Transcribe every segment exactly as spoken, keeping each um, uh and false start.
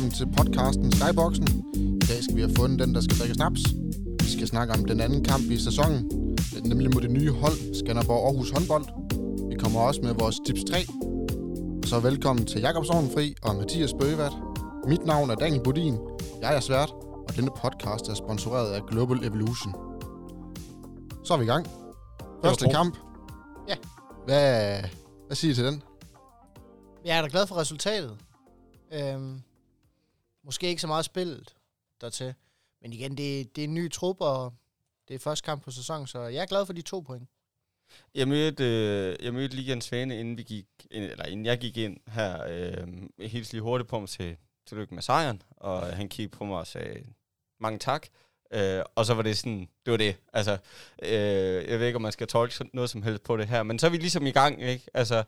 velkommen til podcasten Skyboxen. I dag skal vi have fundet den, der skal drikke snaps. Vi skal snakke om den anden kamp i sæsonen, nemlig mod det nye hold, Skanderborg Aarhus håndbold. Vi kommer også med vores tips tre. Så velkommen til Jakob Sorgenfri og Mathias Bøgevat. Mit navn er Daniel Bodin. Jeg er svært, og denne podcast er sponsoreret af Global Evolution. Så er vi i gang. Første kamp. Ja. Hvad, hvad siger I til den? Jeg er da glad for resultatet. Øhm, måske ikke så meget spillet dertil. Men igen, det, det er en ny trup, og det er første kamp på sæsonen, så jeg er glad for de to point. Jeg mødte, øh, jeg mødte Ligaens Svane, inden vi gik, eller inden jeg gik ind her. Øh, jeg hilste lige hurtigt på mig til tillykke med sejren, og han kiggede på mig og sagde mange tak. Øh, og så var det sådan, det var det. Altså, øh, jeg ved ikke, om man skal tolke noget som helst på det her, men så er vi ligesom i gang, ikke? Altså,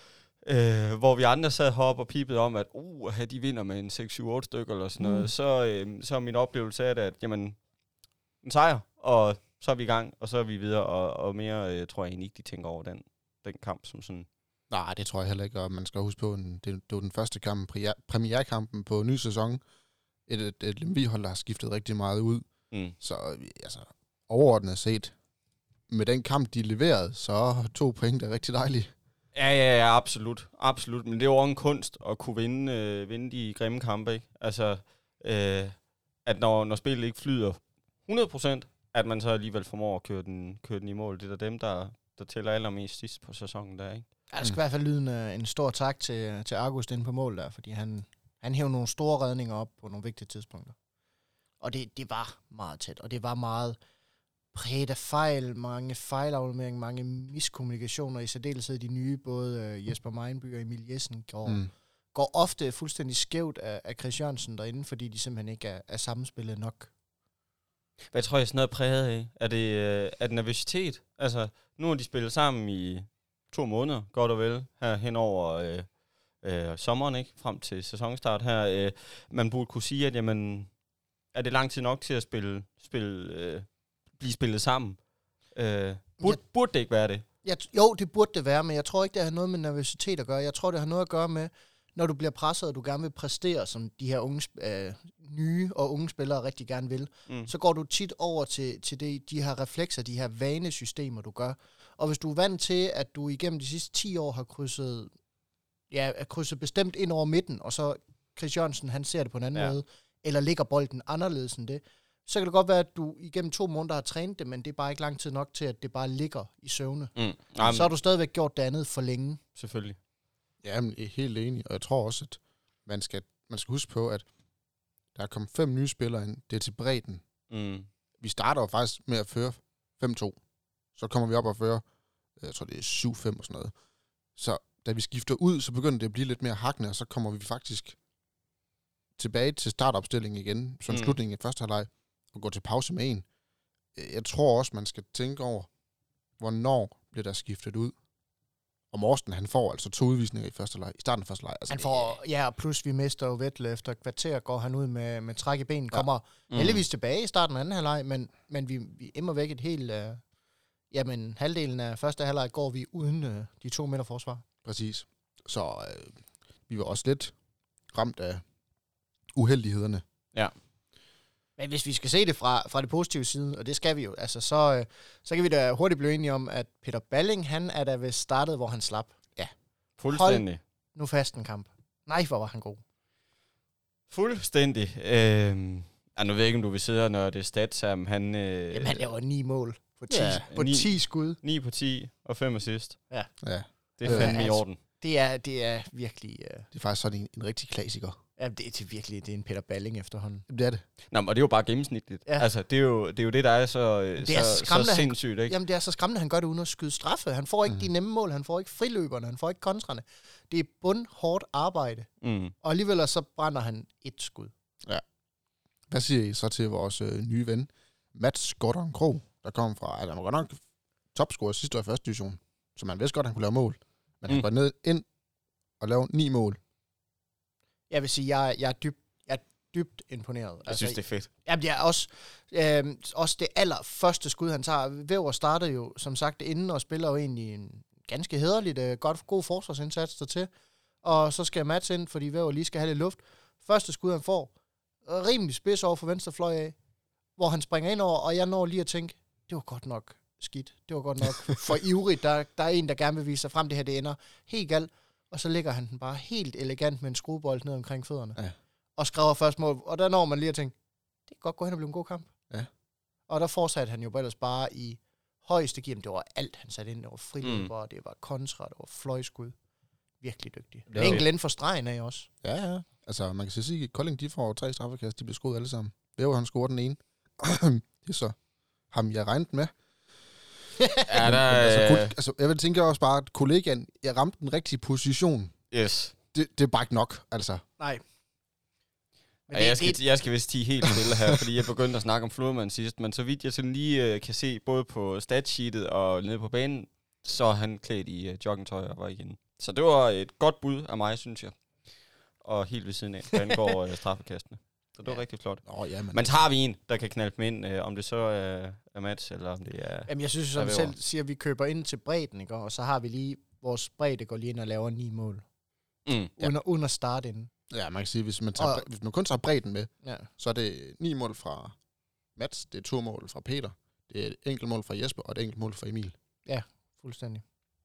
øh, hvor vi andre sad heroppe og pipede om, at uh, de vinder med en seks syv otte stykker eller sådan noget, mm. så, øh, så er min oplevelse af det, at jamen, en sejr, og så er vi i gang, og så er vi videre, og, og mere øh, tror jeg egentlig ikke, de tænker over den, den kamp som sådan. Nej, det tror jeg heller ikke, og man skal huske på, at det, det var den første kamp, premierkampen på ny sæson. Et, et, et Lemvig-hold, der har skiftet rigtig meget ud. Mm. Så altså, overordnet set, med den kamp, de leverede, så to point er rigtig dejligt. Ja, ja, ja, absolut. Absolut. Men det er jo også en kunst at kunne vinde, øh, vinde de grimme kampe, ikke? Altså, øh, at når, når spillet ikke flyder hundrede procent, at man så alligevel formår at køre den, køre den i mål. Det er dem, der, der tæller allermest sidst på sæsonen der, ikke? Ja, der skal mm. i hvert fald lyde en, en stor tak til, til August inde på mål der, fordi han, han hævde nogle store redninger op på nogle vigtige tidspunkter. Og det, det var meget tæt, og det var meget præget af fejl, mange fejlafleveringer, mange miskommunikationer, i særdeleshed de nye, både uh, Jesper Meinby og Emil Jessen, går, mm. går ofte fuldstændig skævt af, af Chris Jørgensen derinde, fordi de simpelthen ikke er, er sammenspillet nok. Hvad tror jeg sådan noget præget af? Er det, øh, er det nervøsitet? Altså, nu har de spillet sammen i to måneder, godt og vel, her hen over øh, øh, sommeren, ikke? Frem til sæsonstart her. Øh, man burde kunne sige, at jamen, er det lang tid nok til at spille, spille, øh, blive spillet sammen? Øh, burde, jeg, burde det ikke være det? Jeg, jo, det burde det være, men jeg tror ikke, det har noget med nervøsitet at gøre. Jeg tror, det har noget at gøre med, når du bliver presset, og du gerne vil præstere, som de her unge, øh, nye og unge spillere rigtig gerne vil, mm. så går du tit over til, til det, de her reflekser, de her vanesystemer, du gør. Og hvis du er vant til, at du igennem de sidste ti år har krydset, ja, er krydset bestemt ind over midten, og så Chris Jørgensen, han ser det på en anden ja. måde, eller ligger bolden anderledes end det, så kan det godt være, at du igennem to måneder har trænet det, men det er bare ikke lang tid nok til, at det bare ligger i søvne. Mm. Så har du stadigvæk gjort det andet for længe. Selvfølgelig. Ja, men jeg er helt enig, og jeg tror også, at man skal, man skal huske på, at der er kommet fem nye spillere ind. Det er til bredden. Mm. Vi starter jo faktisk med at føre fem to. Så kommer vi op og føre, jeg tror det er syv fem og sådan noget. Så da vi skifter ud, så begynder det at blive lidt mere hakkende, og så kommer vi faktisk tilbage til startopstillingen igen, som mm. slutningen i første halvleg, og går til pause med en. Jeg tror også, man skal tænke over, hvornår bliver der skiftet ud. Og Morsten, han får altså to udvisninger i første leg, i starten af første leg. Altså, han får, ja, plus vi mister jo Vettel efter et kvarter, går han ud med, med træk i benen, ja. kommer mm. heldigvis tilbage i starten af anden halvleg, men, men vi, vi immer væk et helt, uh, jamen halvdelen af første halvleg går vi uden uh, de to meter forsvar. Præcis. Så uh, vi var også lidt ramt af uheldighederne. Ja. Men hvis vi skal se det fra, fra det positive side, og det skal vi jo, altså så, øh, så kan vi da hurtigt blive enige om, at Peter Balling, han er da ved startet, hvor han slap. Ja. Fuldstændig. Hold nu fast en kamp. Nej, hvor var han god. Fuldstændig. Øh, ja, nu ved jeg ikke, om du vil sidde, når det er stats her, men han... Øh, Jamen, han laver ni mål på ti, ja, på ni, ti skud. ni på ti og fem assist. Ja. ja. Det er fandme øh, i orden. Det er, det er virkelig... Uh... Det er faktisk sådan en, en rigtig klassiker. Ja, det er til virkelig, det er en Peter Balling efterhånden. Det er det. Nå, og det er jo bare gennemsnitligt. Ja. Altså, det er, jo, det er jo det, der er så, det er så, så sindssygt, ikke? Jamen, det er så skræmmende, at han gør det uden at skyde straffe. Han får ikke mm. de nemme mål, han får ikke friløberne, han får ikke kontrerne. Det er bundhårdt arbejde. Mm. Og alligevel så brænder han et skud. Ja. Hvad siger I så til vores øh, nye ven, Mats Gordon Krog, der kom fra, altså han var godt nok topscorer sidste år i første division, så man vidste godt, at han kunne lave mål. Men mm. han går ned ind og lave ni mål. Jeg vil sige, jeg, jeg er dybt jeg er dybt imponeret. Jeg altså, synes, det er fedt. Jamen, det er også, øh, også det allerførste skud, han tager. Væver startede jo, som sagt, inden og spiller jo egentlig en ganske hæderligt, øh, godt, god forsvarsindsats dertil. Og så skal Mats ind, fordi Væver lige skal have lidt luft. Første skud, han får, rimelig spids over for venstre fløj af, hvor han springer ind over, og jeg når lige at tænke, det var godt nok skidt. Det var godt nok for ivrigt. Der, der er en, der gerne vil vise sig frem, det her det ender helt galt. Og så lægger han den bare helt elegant med en skruebold ned omkring fødderne. Ja. Og skriver først mål. Og der når man lige at tænke, det kan godt gå hen og blive en god kamp. Ja. Og der fortsatte han jo ellers bare i højeste gear. Det var alt, han satte ind. Det var friløber, mm. det var kontra, det var fløjskud. Virkelig dygtig. Det er enkelt inden for stregen af også. Ja, ja. Altså, man kan sige, at Kolding, de får tre straffekast. De bliver skudt alle sammen. Væver, han scorer den ene. Det er så ham, jeg regnede med. Ja, der altså, kun, altså, jeg vil tænke også bare, at kollegaen, jeg ramte den rigtige position. Yes. Det, det er bare ikke nok, altså. Nej. Men ja, det, jeg, skal, det, jeg skal vist tige helt stille her, fordi jeg begyndte at snakke om Flurman sidst, men så vidt jeg sådan lige uh, kan se, både på statsheetet og nede på banen, så er han klædt i uh, joggingtøj og var igen. Så det var et godt bud af mig, synes jeg. Og helt ved siden af, hvad angår uh, straffekastene. Så det var ja. rigtig flot. Oh, ja, men men tager vi en, der kan knalde dem ind, øh, om det så øh, er Mats, eller om det er... Jamen, jeg synes, som selv siger, at vi køber ind til bredden, ikke? Og så har vi lige, vores bredde går lige ind og laver ni mål. Mm. Uden, ja. uden at starte inden. Ja, man kan sige, hvis man, tager, og, hvis man kun tager bredden med, ja. så er det ni mål fra Mats, det er to mål fra Peter, det er et enkelt mål fra Jesper, og et enkelt mål fra Emil. Ja, fuldstændig.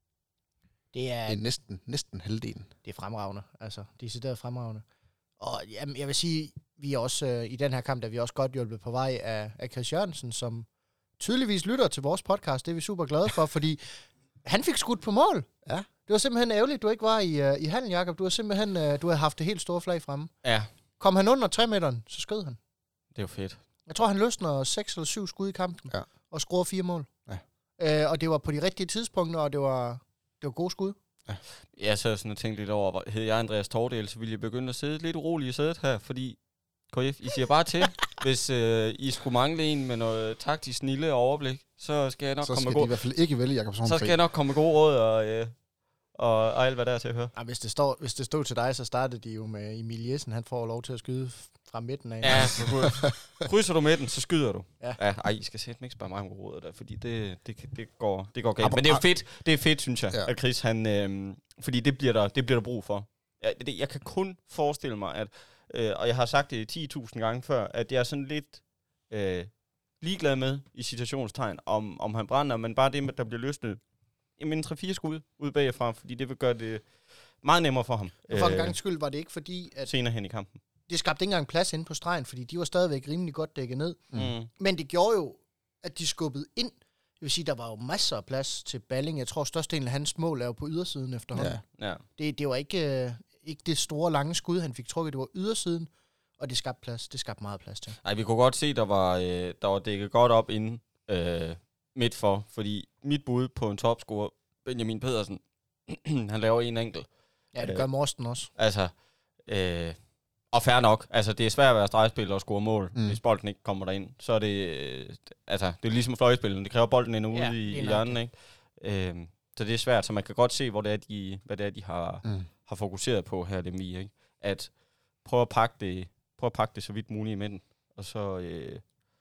Det er, det er næsten, næsten halvdelen. Det er fremragende, altså. Decideret fremragende. Og jamen, jeg vil sige, vi er også øh, i den her kamp, der vi også godt hjulpet på vej af, af Chris Jørgensen, som tydeligvis lytter til vores podcast. Det er vi super glade for, fordi han fik skudt på mål. Ja. Det var simpelthen ærgerligt, du ikke var i, uh, i hallen, Jakob. Du har simpelthen uh, du havde haft det helt store flag fremme. Ja. Kom han under tre meteren, så skød han. Det var fedt. Jeg tror, han løsner seks eller syv skud i kampen, ja. og scorer fire mål. Ja. Uh, og det var på de rigtige tidspunkter, og det var, det var gode skud. Ja. Jeg sad sådan og tænkte lidt over, hed jeg Andreas Tordel, så ville jeg begynde at sidde lidt uroligt i sædet her, fordi K F, I siger bare til, hvis øh, I skulle mangle en med noget taktisk snille og overblik, så skal jeg nok så komme med gode... Så skal de i hvert fald ikke vælge Jakob Sorgenfri. Så skal jeg nok komme med gode råd og, øh, og, og alt, hvad der er til at høre. Ja, hvis, det står, hvis det stod til dig, så startede de jo med Emil Jessen. Han får lov til at skyde fra midten af. Ja, så krydser du midten, så skyder du. Ja. Ja, ej, I skal sætte mig ikke spørge mig om råd der, fordi det, det, det, går, det går galt. Men det er jo fedt, det er fedt, synes jeg, ja. at Chris, han, øh, fordi det bliver, der, det bliver der brug for. Jeg, det, jeg kan kun forestille mig, at Øh, og jeg har sagt det ti tusind gange før, at jeg er sådan lidt øh, ligeglad med, i citationstegn, om, om han brænder, men bare det, der bliver løsnet, jamen tre fire skud ud bagfra, fordi det vil gøre det meget nemmere for ham. For en gang skyld var det ikke fordi, at senere hen i kampen. Det skabte ikke engang plads inde på stregen, fordi de var stadigvæk rimelig godt dækket ned. Mm. Men det gjorde jo, at de skubbede ind. Det vil sige, der var jo masser af plads til Balling. Jeg tror, størstedelen af hans mål er jo på ydersiden efterhånden. Ja. Ja. Det, det var ikke... Øh, Ikke det store, lange skud, han fik trukket. Det var ydersiden, og det skabte plads. Det skabte meget plads til. Nej, vi kunne godt se, der var, øh, der var dækket godt op inden øh, midt for, fordi mit bud på en topscorer, Benjamin Pedersen, han laver en enkelt. Ja, det gør Morsten også. Altså, øh, og fair nok. Altså, det er svært at være stregspiller og score mål, mm. hvis bolden ikke kommer derind. Så er det, øh, altså, det er ligesom fløjspillen. Det kræver bolden ind ude ja, i, i hjørnen, ikke? Øh, så det er svært, så man kan godt se, hvor det er, de, hvad det er, de har... Mm. har fokuseret på her, det vi, ikke? At prøve at pakke det, prøve at pakke det så vidt muligt i midten, og så, øh,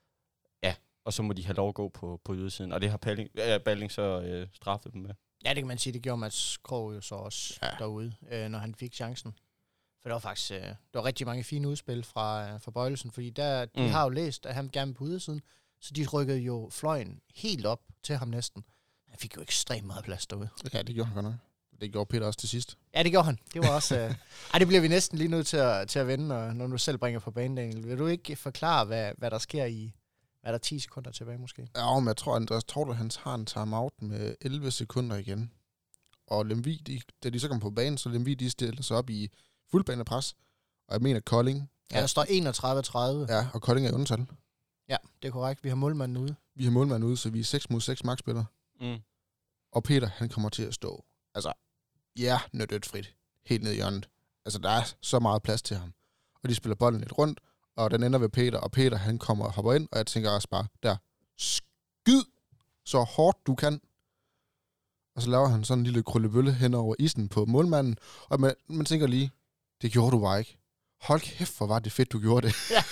ja, og så må de have lov at gå på, på ydersiden, og det har Balling, ja, Balling så øh, straffet dem med. Ja, det kan man sige, det gjorde Mats Krog jo så også ja. derude, øh, når han fik chancen. For der var faktisk, øh, der var rigtig mange fine udspil fra, øh, fra Bøjlesen, fordi der, de mm. har jo læst, at han gerne på ydersiden, så de rykkede jo fløjen helt op til ham næsten. Han fik jo ekstremt meget plads derude. Ja, det gjorde han godt nok. Det gjorde Peter også til sidst. Ja, det gjorde han. Det var også... øh... Ej, det bliver vi næsten lige nødt til at, til at vende, når, når du selv bringer på banen, Daniel. Vil du ikke forklare, hvad, hvad der sker i... Hvad er der ti sekunder tilbage, måske? Ja, men jeg tror, Andreas Tordel, han har en timeout med elleve sekunder igen. Og Lemvig, de, da de så kom på banen, så Lemvig, de stiller sig op i fuldbanepres. Og jeg mener Kolding... Ja, der står enogtredive tredive. Ja, og Kolding er i undertal. Ja, det er korrekt. Vi har målmanden ude. Vi har målmanden ude, så vi er seks mod seks magtspillere. Mm. Og Peter, han kommer til at stå... Altså... Ja, nødt frit. Helt ned i hjørnet. Altså, der er så meget plads til ham. Og de spiller bolden lidt rundt, og den ender ved Peter, og Peter, han kommer og hopper ind, og jeg tænker også bare, der, skyd så hårdt du kan. Og så laver han sådan en lille krøllebølle hen over isen på målmanden, og man, man tænker lige, det gjorde du bare ikke. Hold kæft, hvor var det fedt, du gjorde det. Ja.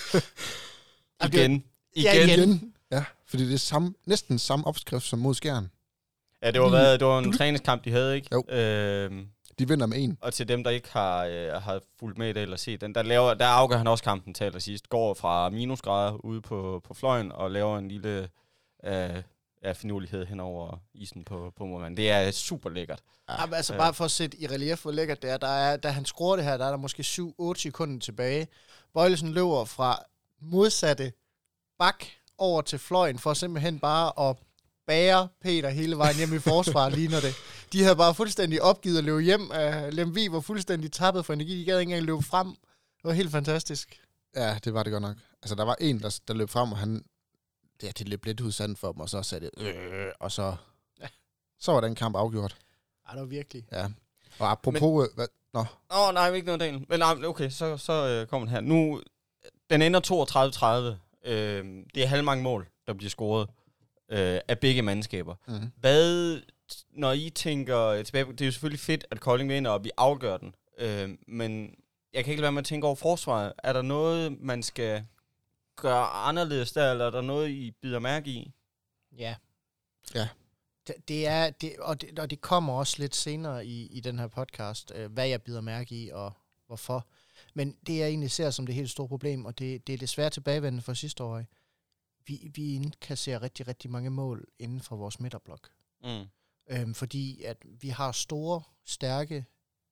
igen. Igen. Ja, igen. Ja, fordi det er samme, næsten samme opskrift som mod Skjern. Ja, det var, hvad, det var en du... træningskamp, de havde, ikke? Jo. Øhm, De vinder med en. Og til dem, der ikke har, øh, har fulgt med i det eller set den, der, laver, der afgør han også kampen til allersidst. Går fra minusgrader ude på, på fløjen og laver en lille øh, ja, finurlighed hen over isen på, på målmanden. Det er super lækkert. Ja, altså bare for at sætte i relief, hvor lækkert det er, der er, da han skruer det her, der er der måske syv otte sekunder tilbage. Bøjlesen løber fra modsatte bak over til fløjen, for simpelthen bare at bære Peter hele vejen hjem i forsvar, lige når det. De havde bare fuldstændig opgivet at løbe hjem. Uh, Lemvig var fuldstændig tappet for energi. De gad ikke engang løbe frem. Det var helt fantastisk. Ja, det var det godt nok. Altså, der var en, der, der løb frem, og han... Ja, det løb lidt ud sandt for dem, og så sagde det... Øh, og så... Ja. Så var den kamp afgjort. Ja, det var virkelig. Ja. Og apropos... Men, hvad, nå. Åh, oh, nej, ikke noget del. Men nej, okay, så, så øh, kommer den her. Nu, den ender toogtredive tredive. Øh, det er halv mange mål, der bliver scoret øh, af begge mandskaber. Mm. Hvad, når I tænker tilbage, det er jo selvfølgelig fedt, at Kolding vinder, og vi afgør den. Øh, men jeg kan ikke lade være med at tænke over forsvaret. Er der noget, man skal gøre anderledes der, eller er der noget, I bider mærke i? Ja. Ja. Det, det er, det, og, det, og det kommer også lidt senere i, i den her podcast, øh, hvad jeg bider mærke i, og hvorfor. Men det, jeg egentlig ser som det helt store problem, og det, det er desværre tilbagevendende for sidste år, vi, vi indkasserer rigtig, rigtig mange mål inden for vores midterblok. Mm. Øhm, fordi at vi har store, stærke,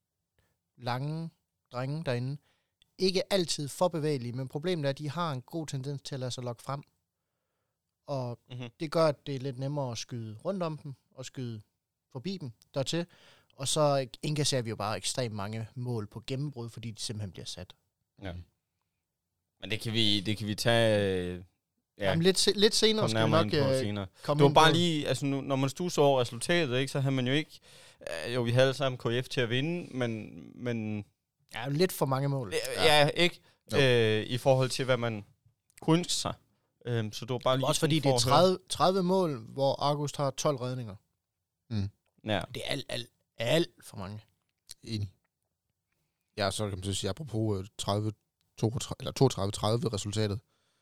lange drenge derinde. Ikke altid for bevægelige, men problemet er, at de har en god tendens til at lade sig lokke frem. Og mm-hmm. det gør, at det er lidt nemmere at skyde rundt om dem, og skyde forbi dem dertil. Og så indkasserer vi jo bare ekstremt mange mål på gennembrud, fordi de simpelthen bliver sat. Ja. Men det kan vi, det kan vi tage... Ja. Jamen, lidt, se, lidt senere skal vi nok uh, komme Det var bare på. Lige, altså nu, når man stusser over resultatet, ikke, så havde man jo ikke... Uh, jo, vi havde sammen K F til at vinde, men... men ja, lidt for mange mål. Ja, ja ikke? Øh, I forhold til, hvad man kunne ønske sig. Øh, så det var bare lige... Også fordi det er tredive, tredive mål, hvor August har tolv redninger. Mm. Ja. Det er alt, alt, alt for mange. Enig. Ja, så kan man så sige, apropos tredive, toogtredive, eller toogtredive tredive resultatet,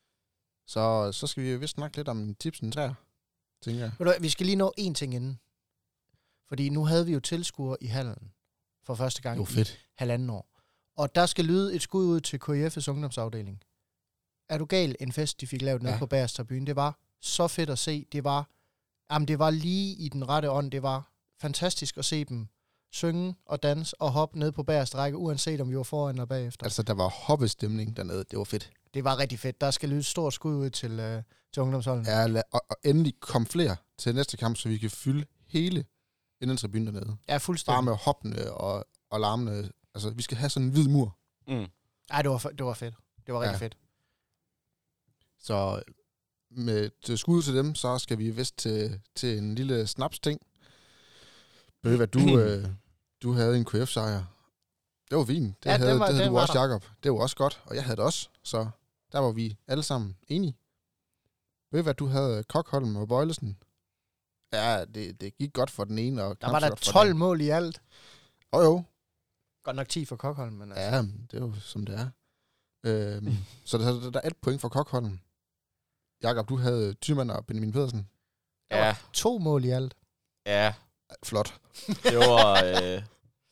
så, så skal vi jo vist snakke lidt om tipsen træer, tænker jeg. Ved du, vi skal lige nå én ting inden. Fordi nu havde vi jo tilskuere i hallen for første gang i halvanden år. Og der skal lyde et skud ud til K I F's ungdomsafdeling. Er du gal, en fest, de fik lavet ned ja. på Bagerstad-byen? Det var så fedt at se. Det var, jamen, det var lige i den rette ånd. Det var fantastisk at se dem synge og danse og hoppe ned på bagerste række, uanset om vi var foran eller bagefter. Altså, der var hoppestemning dernede. Det var fedt. Det var rigtig fedt. Der skal lyde et stort skud ud til, øh, til ungdomsholden. Ja, la- og, og endelig kom flere til næste kamp, så vi kan fylde hele indentribunen dernede. Ja, fuldstændig. Bare med hoppende og, og larmende. Altså, vi skal have sådan en hvid mur. Mm. Ej, det var, det var fedt. Det var rigtig ja. fedt. Så med til skud til dem, så skal vi vist til, til en lille snaps-ting. Ved hvad du, øh, du havde en K F-sejr. Det var fint. Det ja, havde, det var, det havde du også, der. Jacob. Det var også godt, og jeg havde det også. Så der var vi alle sammen enige. Ved hvad du havde Kokholm og Bøjlesen. Ja, det, det gik godt for den ene. Og der var der tolv mål i alt. Åh oh, jo. Godt nok ti for Kokholm. Men altså. Ja, det er jo som det er. øhm, så der, der er et point for Kokholm. Jakob, du havde Thymann og Benjamin Pedersen. Ja. To mål i alt. Ja. Flot. Det var... Øh...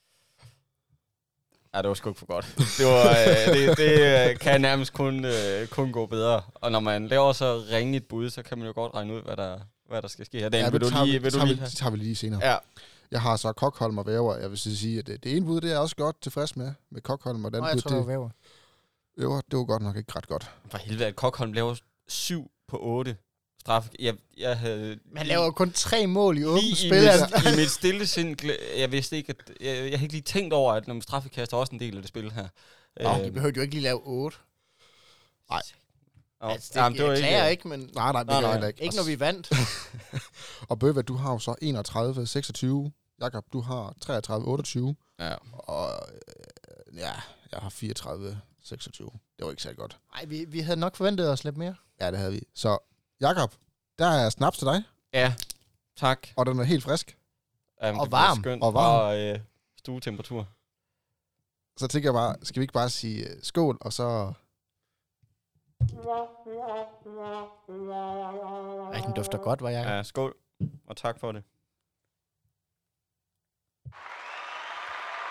Ja, det var sgu ikke for godt. Det, var, øh, det, det kan nærmest kun, øh, kun gå bedre. Og når man laver så ringe et bud, så kan man jo godt regne ud, hvad der, hvad der skal ske her. Den, ja, vil det du lige, vi, vil tager, du lige vi, det tager vi lige senere. Ja. Jeg har så Kokholm og Væver. Jeg vil sige, at det, det ene bud, det er også godt tilfreds med, med Kokholm. Og den Nå, jeg bud, tror, det var Væver. Væver, det var godt nok ikke ret godt. For helvede, at Kokholm laver syv på otte straf. Jeg, jeg havde... Man laver kun tre mål i åbent spil. I mit, i mit stille sind, jeg vidste ikke, at... Jeg, jeg har ikke lige tænkt over, at når man straffekaster også en del af det spil her. Nå, øh, de behøvede jo ikke lige lave otte. Nej. Oh, altså, det, jamen, det jeg klager ikke, men... Nej, nej, det gør jeg ikke. Ikke når vi vandt. Og Bøva, du har jo så enogtredive seksogtyve. Jakob, du har treogtredive otteogtyve. Ja. Og øh, ja, jeg har fireogtredive seksogtyve. Det var ikke særlig godt. Nej, vi, vi havde nok forventet os lidt mere. Ja, det havde vi. Så Jakob, der er snaps til dig. Ja, tak. Og den er helt frisk. Jamen, og, varm. Skønt. og varm. Og øh, stuetemperatur. Så tænker jeg bare, skal vi ikke bare sige uh, skål, og så... Ej, den dufter godt, var jeg. Ja, skål. Og tak for det.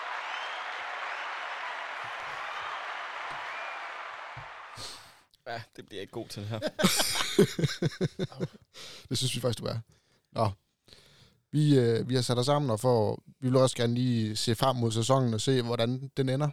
Ja, det bliver ikke god til det her. Det synes vi faktisk, du er. Nå. Vi, øh, vi har sat os sammen, og for, vi vil også gerne lige se frem mod sæsonen og se, hvordan den ender.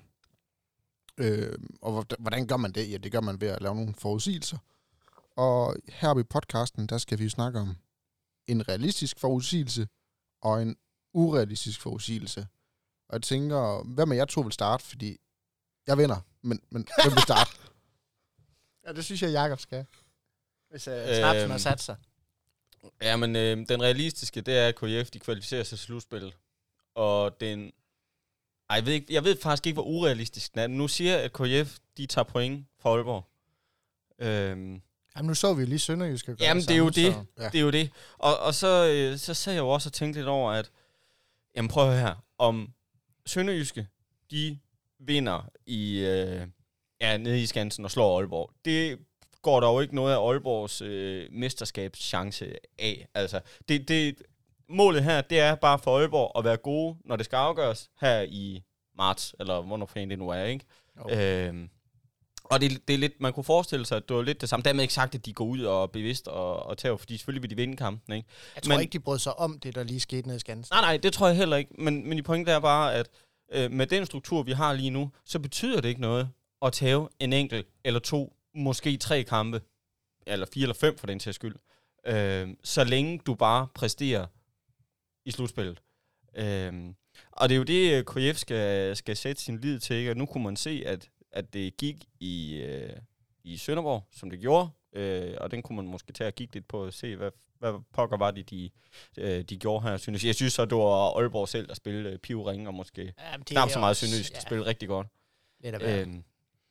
Øh, og hvordan gør man det? Ja, det gør man ved at lave nogle forudsigelser. Og her i podcasten, der skal vi snakke om en realistisk forudsigelse og en urealistisk forudsigelse. Og jeg tænker, hvem af jer to vil starte? Fordi jeg vinder, men, men hvem vil starte? Ja, det synes jeg, Jakob skal. Hvis uh, Snapsen øhm, har sat sig. Ja, men øh, den realistiske, det er, at K F, de kvalificerer sig til slutspillet. Og den... Ej, jeg ved, ikke, jeg ved faktisk ikke, hvor urealistisk den er. Nu siger jeg, at K F, de tager point fra Aalborg. Øhm, Jamen, nu så vi jo lige Sønderjyske gøre Jamen, det, det er jo det. Så, ja. Det er jo det. Og, og så, øh, så sad jeg jo også og tænkte lidt over, at... Jamen, prøv at høre her. Om Sønderjyske, de vinder i... Øh, ja, nede i Skansen og slår Aalborg. Det går der jo ikke noget af Aalborgs øh, mesterskabschance af. Altså, det, det, målet her, det er bare for Aalborg at være gode, når det skal afgøres her i marts, eller hvornår fanden det nu er, ikke? Øhm, og det, det er lidt, man kunne forestille sig, at det var lidt det samme. Dermed ikke sagt, at de går ud og er bevidst og, og tager, fordi selvfølgelig vil de vinde kampen, ikke? Jeg tror men, ikke, de brød sig om det, der lige skete nede i Skansen. Nej, nej, det tror jeg heller ikke. Men, men i pointen er bare, at øh, med den struktur, vi har lige nu, så betyder det ikke noget at tage en enkelt eller to, måske tre kampe, eller fire eller fem for den sags skyld, øh, så længe du bare præsterer i slutspillet. Øh, og det er jo det, K F skal, skal sætte sin lid til, ikke? Og nu kunne man se, at, at det gik i, øh, i Sønderborg, som det gjorde, øh, og den kunne man måske tage og kigge lidt på og se, hvad, hvad pokker var det, de, de gjorde her, synes jeg. Jeg synes så, det var Aalborg selv, der spillede pivring, og måske knap så meget Sønderjysk, ja. De spillede rigtig godt. Lidt af øh,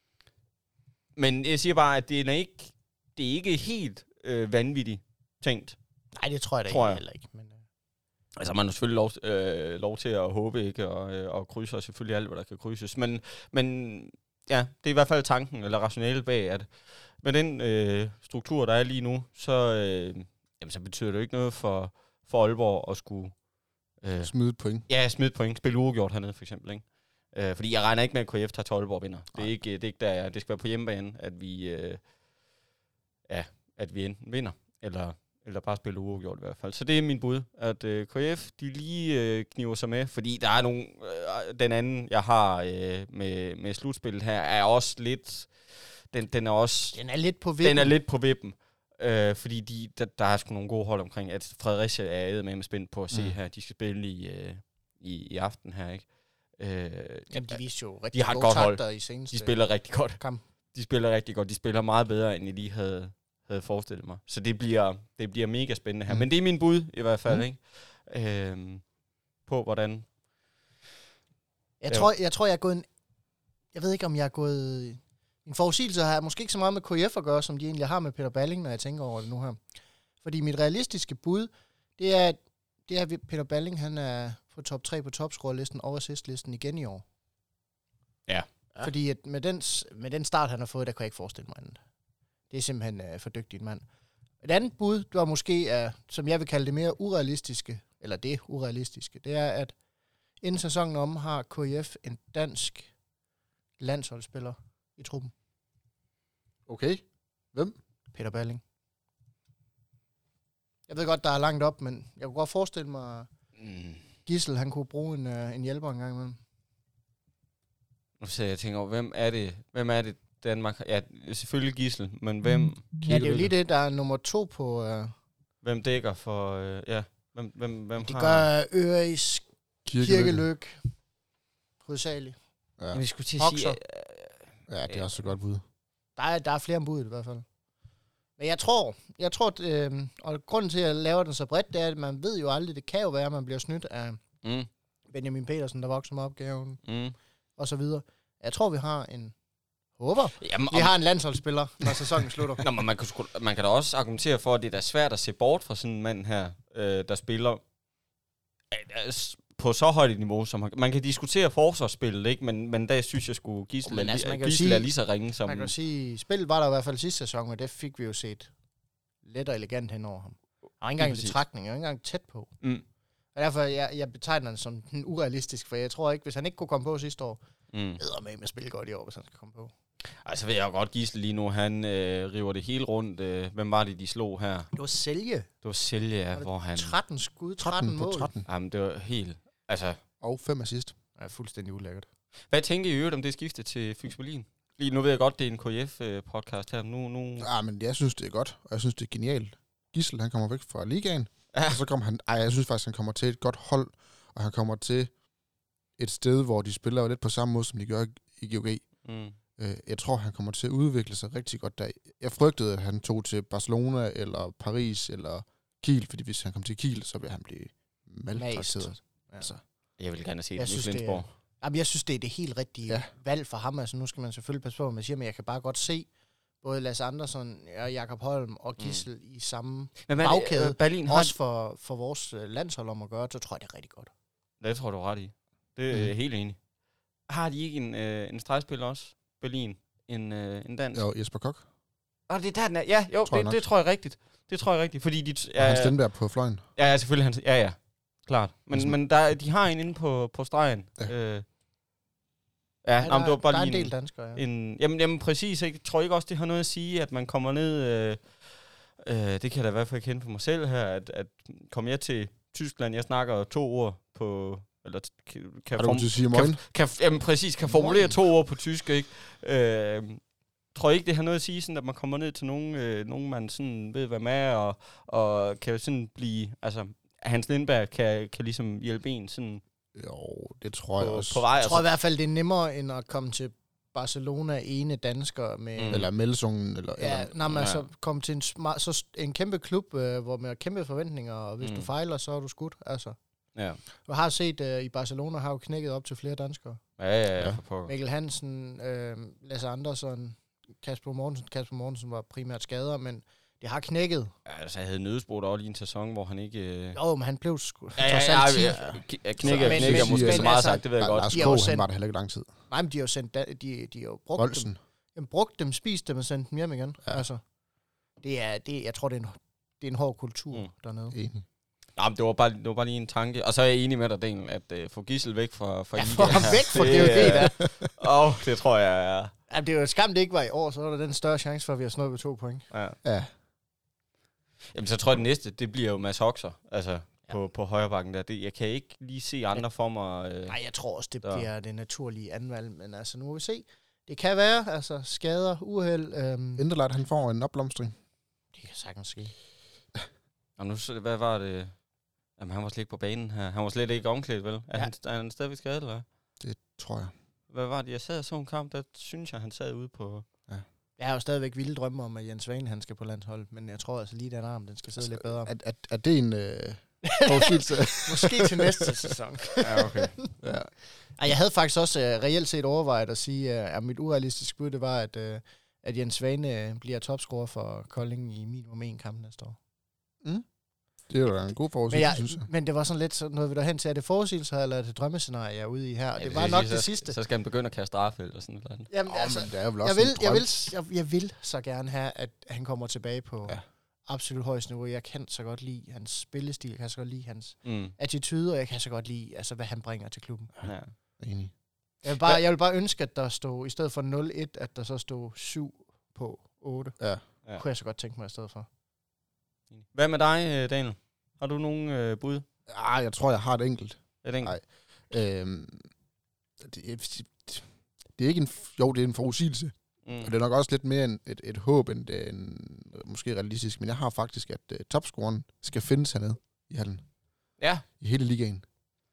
Men jeg siger bare, at det er ikke, det er ikke helt øh, vanvittigt tænkt. Nej, det tror jeg da tror jeg. heller ikke. Men, uh... Altså, man har selvfølgelig lov, øh, lov til at håbe, ikke? Og, øh, og krydse, og selvfølgelig alt, hvad der kan krydses. Men, men ja, det er i hvert fald tanken, eller rationale bag, at med den øh, struktur, der er lige nu, så, øh, jamen, så betyder det jo ikke noget for, for Aalborg at skulle... Øh, smide et point. Ja, smide et point. Spille uafgjort hernede, for eksempel, ikke? Øh, fordi jeg regner ikke med, at K F tager til Aalborg vinder. Det er ikke, det er ikke der, det skal være på hjemmebane, at vi, øh, ja, at vi enten vinder, eller, eller bare spiller uafgjort i hvert fald. Så det er min bud, at øh, K F, de lige øh, kniver sig med, fordi der er nogle, øh, den anden, jeg har øh, med, med slutspillet her, er også lidt, den, den er også... Den er lidt på vippen. Den er lidt på vippen. Øh, fordi de, der, der er sgu nogle gode hold omkring, at Fredericia er ædet med med spændt på at se mm. her. De skal spille i, øh, i, i aften her, ikke? Øh, Jamen, de viser jo rigtig de har gode takter i seneste de spiller rigtig godt. Kamp. De spiller rigtig godt. De spiller meget bedre, end jeg lige havde, havde forestillet mig. Så det bliver, det bliver mega spændende her. Mm. Men det er min bud, i hvert fald, mm. ikke? Øhm, på hvordan... Jeg ja. tror, jeg tror, jeg er gået en... Jeg ved ikke, om jeg er gået... En forudsigelse har måske ikke så meget med K F at gøre, som de egentlig har med Peter Balling, når jeg tænker over det nu her. Fordi mit realistiske bud, det er, det er at Peter Balling, han er på top tre på topscorerlisten og assistlisten igen i år. Ja. ja. Fordi at med, den, med den start, han har fået, der kan jeg ikke forestille mig andet. Det er simpelthen uh, for dygtig en mand. Et andet bud, det var måske, uh, som jeg vil kalde det mere urealistiske, eller det urealistiske, det er, at inden sæsonen om har K F en dansk landsholdsspiller i truppen. Okay. Hvem? Peter Balling. Jeg ved godt, der er langt op, men jeg kunne godt forestille mig, mm. Gissel, han kunne bruge en, uh, en hjælper en gang imellem. Nu ser jeg tænker over, hvem er det, hvem er det Danmark? Ja, selvfølgelig Gissel, men hvem... Mm. Ja, det er jo lige det, der er nummer to på... Uh, hvem dækker for... Uh, ja, hvem, hvem, hvem det har... gør Øris Kirkeløk. Hovedsageligt. Ja. Vi skulle til at sige... Uh, ja, det er også så godt bud. Der er, der er flere bud i hvert fald. Men jeg tror, jeg tror, øh, og grunden til, at jeg laver den så bredt, det er, at man ved jo aldrig, det kan jo være, at man bliver snydt af mm. Benjamin Petersen, der vokser med opgaven, mm. og så videre. Jeg tror, vi har en håber. Jamen, vi om... har en landsholdsspiller, når sæsonen slutter. Nå, men man kan, man kan da også argumentere for, at det er da svært at se bort fra sådan en mand her, øh, der spiller øh, på så højt et niveau, som man, man kan diskutere forsvarsspillet, ikke? Men, men der synes jeg sgu, Gissel oh, altså, er lige så ringe som... Man kan sige, spillet var der i hvert fald sidste sæson, men det fik vi jo set let og elegant hen over ham. Og ikke engang i betragtning, og ikke engang tæt på. Mm. Og derfor, jeg, jeg betegner den som den urealistisk, for jeg tror ikke, hvis han ikke kunne komme på sidste år, mm. æder med med at spille godt i år, hvis han skal komme på. Altså vil jeg jo godt gisle lige nu, han øh, river det hele rundt. Øh, hvem var det, de slog her? Det var Sælge. Det var Sælge, ja, hvor han... tretten skud, tretten, tretten mål. på tretten. Jamen, det var helt... Altså... Og fem assist. Ja, fuldstændig ulækkert. Hvad tænker I øvrigt om det skifte til Fyns Berlin? Lige nu ved jeg godt, det er en K F-podcast her. Nu, nu... Ja, men jeg synes, det er godt. Og jeg synes, det er genialt. Gisel, han kommer væk fra ligaen. Ja. Og så kommer han... Ej, jeg synes faktisk, han kommer til et godt hold. Og han kommer til et sted, hvor de spiller jo lidt på samme måde, som de gør i G O G. Mm. Øh, jeg tror, han kommer til at udvikle sig rigtig godt der. Jeg frygtede, at han tog til Barcelona, eller Paris, eller Kiel. Fordi hvis han kom til Kiel, så vil han blive maltrakteret. Ja. Altså. Jeg vil gerne se Jeg det i synes, det Flensborg. Jamen, jeg synes, det er det helt rigtige Ja. valg for ham. Altså, nu skal man selvfølgelig passe på, hvad man siger, men jeg kan bare godt se både Lasse Andersson og Jakob Holm og Gissel mm. i samme Men hvad, bagkæde. øh, Berlin har... Også for, for vores øh, landshold om at gøre, så tror jeg, det er rigtig godt. Det tror jeg, du er ret i. Det er Mm. mm. helt enig. Har de ikke en, øh, en stregspiller også? Berlin? En, øh, en dansk? Jo, Jesper Kok. Og det er der, den er. Ja, jo, Tror jeg det, nok. det tror jeg rigtigt. Det tror jeg rigtigt, fordi de... Og Hans Stenberg på fløjen. Ja, ja, selvfølgelig. Han, ja, ja. Klart. Men, Altså- men der, de har en inde på, på stregen. Ja. Øh, ja, Ja, nå, men der, det var bare der er lige en del danskere, ja. en, jamen, jamen, præcis. Ikke? Tror I ikke også, det har noget at sige, at man kommer ned... Øh, øh, det kan jeg da i hvert fald kende for mig selv her, at, at kommer jeg til Tyskland, jeg snakker to ord på... Eller t- kan, kan, Har du til at sige kan, morgen? kan, jamen, præcis, kan formulere Moin. to ord på tysk, ikke? Øh, tror I ikke, det har noget at sige, sådan, at man kommer ned til nogen, øh, nogen man sådan ved, hvad man er, og, og kan sådan blive... Altså, Hans Lindberg kan, kan ligesom hjælpe en sådan Jo, det tror jeg på, også. på vej. Jeg tror i Altså, hvert fald, det er nemmere, end at komme til Barcelona ene dansker med... Mm. Eller Melsungen, eller... Ja, eller nej, men Ja. altså komme til en, smart, så st- en kæmpe klub, øh, hvor man har kæmpe forventninger, og hvis Mm. du fejler, så er du skudt. Altså, ja. du har set, øh, i Barcelona har jo knækket op til flere danskere. Ja, ja, ja. Ja. For pokker. Mikkel Hansen, øh, Lasse Andersson, Kasper Mortensen. Kasper Mortensen var primært skader, men det har knækket. Ja, altså, jeg havde Nødsport over lige en sæson, hvor han ikke... Øh... Jo, men han blev sgu Ja, ja, trods ja, alt ti. ja, ja. Knækker, Men- knækker men- måske men så meget altså, sagt, det ved jeg La- godt. Lars De har jo Krogh, sendt- han var der heller ikke lang tid. Nej, men de har jo sendt, da- de, de har jo brugt dem. Bolsen. Jamen, brugt dem, spist dem og sendt dem hjem igen. Ja. Altså, det er, det, jeg tror, det er en, det er en hård kultur Mm. mm. dernede. Enig. Nå, men det var, bare, det var bare lige en tanke. Og så er jeg enig med dig, Daniel, at uh, få Gissel væk fra, fra Ja, ligaen få ham her, væk fra det, G O G, øh, Åh, oh, det tror jeg er... Ja, det er jo et skam, det ikke var i år, så er der den større chance for, at vi har snuppet to point. Ja. Ja. Jamen, så tror jeg, det næste, det bliver jo Mads Hoxer, altså ja. på, på højre bakken der. Det, jeg kan ikke lige se andre for mig. Øh. Nej, jeg tror også, det Der. bliver det naturlige anvalg, men altså, nu må vi se. Det kan være, altså skader, uheld. Øhm, Enderleit, han får en opblomstring. det kan sagtens ske. Og nu, så- hvad var det? Jamen, han var slet ikke på banen her. Han var slet ikke omklædt, vel? Er, Ja. han, er han stadigvæk skadet, eller hvad? Det tror jeg. Hvad var det? Jeg sad og så en kamp, der synes jeg, han sad ude på... Jeg har jo stadigvæk vilde drømme om, at Jens Svane, han skal på landshold, men jeg tror altså lige, den arm, den skal sidde lidt bedre. Er, er, er det en øh, forudsigelse? Måske til næste sæson. Ja, okay. Ja. Ej, jeg havde faktisk også uh, reelt set overvejet at sige, uh, at mit urealistiske bud, det var, at, uh, at Jens Svane uh, bliver topscorer for Kolding i minimum en kamp næste år. Mm. Det er jo da en god Men, forudsigelse, jeg, synes jeg. men det var sådan lidt sådan noget, vi derhen til, er det forudsigelser, eller er det drømmescenarie, jeg er ude i her? Og Ja, det vil var jeg nok sige, det så, sidste. Så skal han begynde at kaste straffe eller sådan noget. Jamen, Oh, altså, men det er vel jeg også vil, en jeg, drøm. vil, jeg, jeg vil så gerne have, at han kommer tilbage på Ja. ja. absolut højst niveau. Jeg kan så godt lide hans spillestil, jeg kan så godt lide hans Mm. attitude, og jeg kan så godt lide, altså, hvad han bringer til klubben. Ja. Enig. Jeg vil bare, jeg vil bare ønske, at der stod, i stedet for nul et, at der så stod syv på otte. Ja. Ja. Ja. Kunne jeg så godt tænke mig i stedet for. Hvad med dig, Daniel? Har du nogen øh, bud? Ah, jeg tror, jeg har et enkelt. Er det Nej. Øhm, det, er- det er ikke en... f- Jo, det er en forudsigelse. Mm. Og det er nok også lidt mere en, et, et håb, end det er en, måske realistisk. Men jeg har faktisk, at uh, topscoren skal findes hernede i hallen. Ja. I hele ligaen.